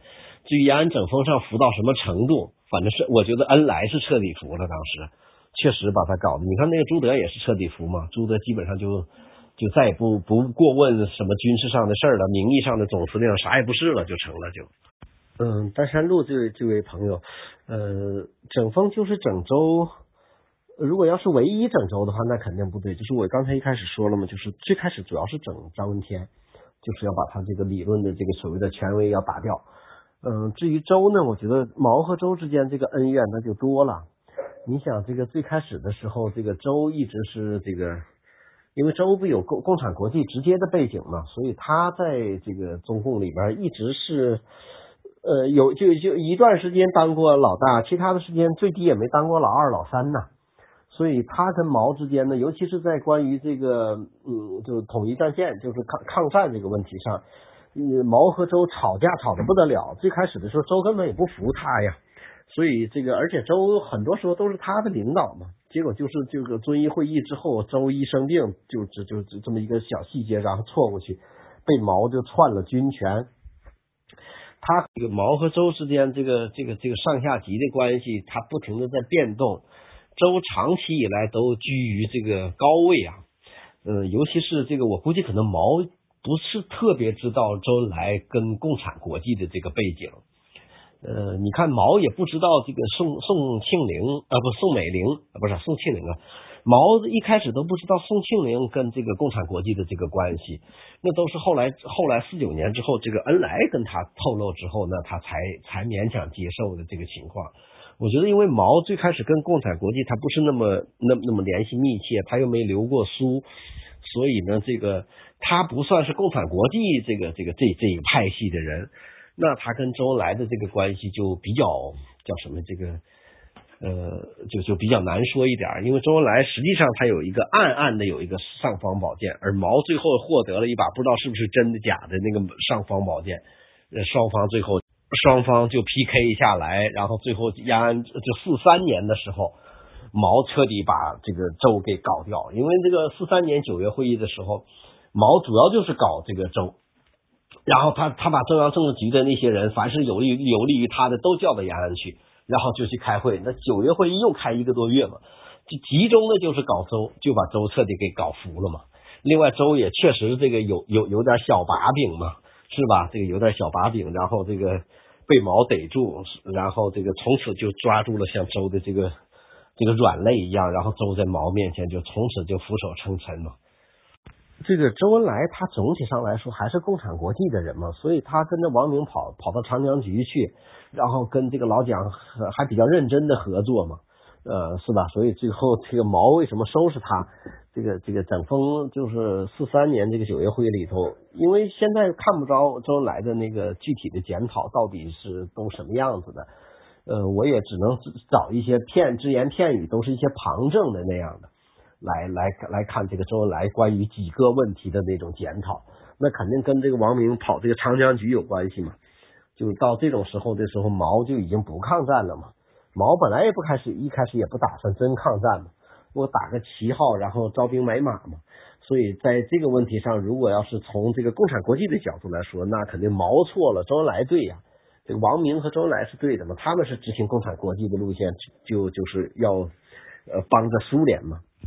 至于延安整风上服到什么程度，反正是我觉得恩来是彻底服了，当时确实把他搞的。你看那个朱德也是彻底服嘛，朱德基本上就就再也不不过问什么军事上的事儿了，名义上的总司令啥也不是了，就成了就。嗯，丹山路这位这位朋友，呃，整风就是整州。如果要是唯一整州的话，那肯定不对。就是我刚才一开始说了嘛，就是最开始主要是整张闻天，就是要把他这个理论的这个所谓的权威要打掉。嗯，至于周呢，我觉得毛和周之间这个恩怨那就多了。你想，这个最开始的时候，这个周一直是这个，因为周不有共共产国际直接的背景嘛，所以他在这个中共里边一直是，呃，有就就一段时间当过老大，其他的时间最低也没当过老二、老三呐。所以他跟毛之间呢，尤其是在关于这个嗯，就统一战线，就是抗抗战这个问题上，嗯，毛和周吵架吵得不得了。最开始的时候，周根本也不服他呀，所以这个而且周很多时候都是他的领导嘛。结果就是这个遵义会议之后，周一生病，就就就就这么一个小细节，然后错过去，被毛就篡了军权。他这个毛和周之间这个这个这个上下级的关系，他不停的在变动。周长期以来都居于这个高位啊，嗯，尤其是这个，我估计可能毛不是特别知道周恩来跟共产国际的这个背景，呃，你看毛也不知道这个宋宋庆龄啊，不宋美龄啊，不是宋庆龄啊，毛一开始都不知道宋庆龄跟这个共产国际的这个关系，那都是后来后来四九年之后，这个恩来跟他透露之后呢，他才才勉强接受的这个情况。我觉得因为毛最开始跟共产国际他不是那么那那么联系密切，他又没留过苏，所以呢这个他不算是共产国际这个这个这这一派系的人，那他跟周恩来的这个关系就比较叫什么这个呃就就比较难说一点，因为周恩来实际上他有一个暗暗的有一个尚方宝剑，而毛最后获得了一把不知道是不是真的假的那个尚方宝剑，呃双方最后双方就 P K 下来，然后最后延安就四三年的时候，毛彻底把这个周给搞掉。因为这个四三年九月会议的时候，毛主要就是搞这个周，然后他他把中央政治局的那些人，凡是有利有利于他的都叫到延安去，然后就去开会。那九月会议又开一个多月嘛，就集中的就是搞周，就把周彻底给搞服了嘛。另外周也确实这个有有有点小把柄嘛，是吧？这个有点小把柄，然后这个被毛逮住，然后这个从此就抓住了像周的这个这个软肋一样，然后周在毛面前就从此就俯首称臣嘛。这个周恩来他总体上来说还是共产国际的人嘛，所以他跟着王明跑跑到长江局去，然后跟这个老蒋还比较认真的合作嘛，呃，是吧？所以最后这个毛为什么收拾他？这个这个整风就是四三年这个九月会里头，因为现在看不着周恩来的那个具体的检讨到底是都什么样子的，呃，我也只能找一些片只言片语，都是一些旁证的那样的。来来来看这个周恩来关于几个问题的那种检讨，那肯定跟这个王明跑这个长江局有关系嘛。就到这种时候的时候，毛就已经不抗战了嘛。毛本来也不开始一开始也不打算真抗战嘛，我打个旗号，然后招兵买马嘛。所以在这个问题上，如果要是从这个共产国际的角度来说，那肯定毛错了，周恩来对呀。这个王明和周恩来是对的嘛，他们是执行共产国际的路线，就就是要呃帮着苏联嘛。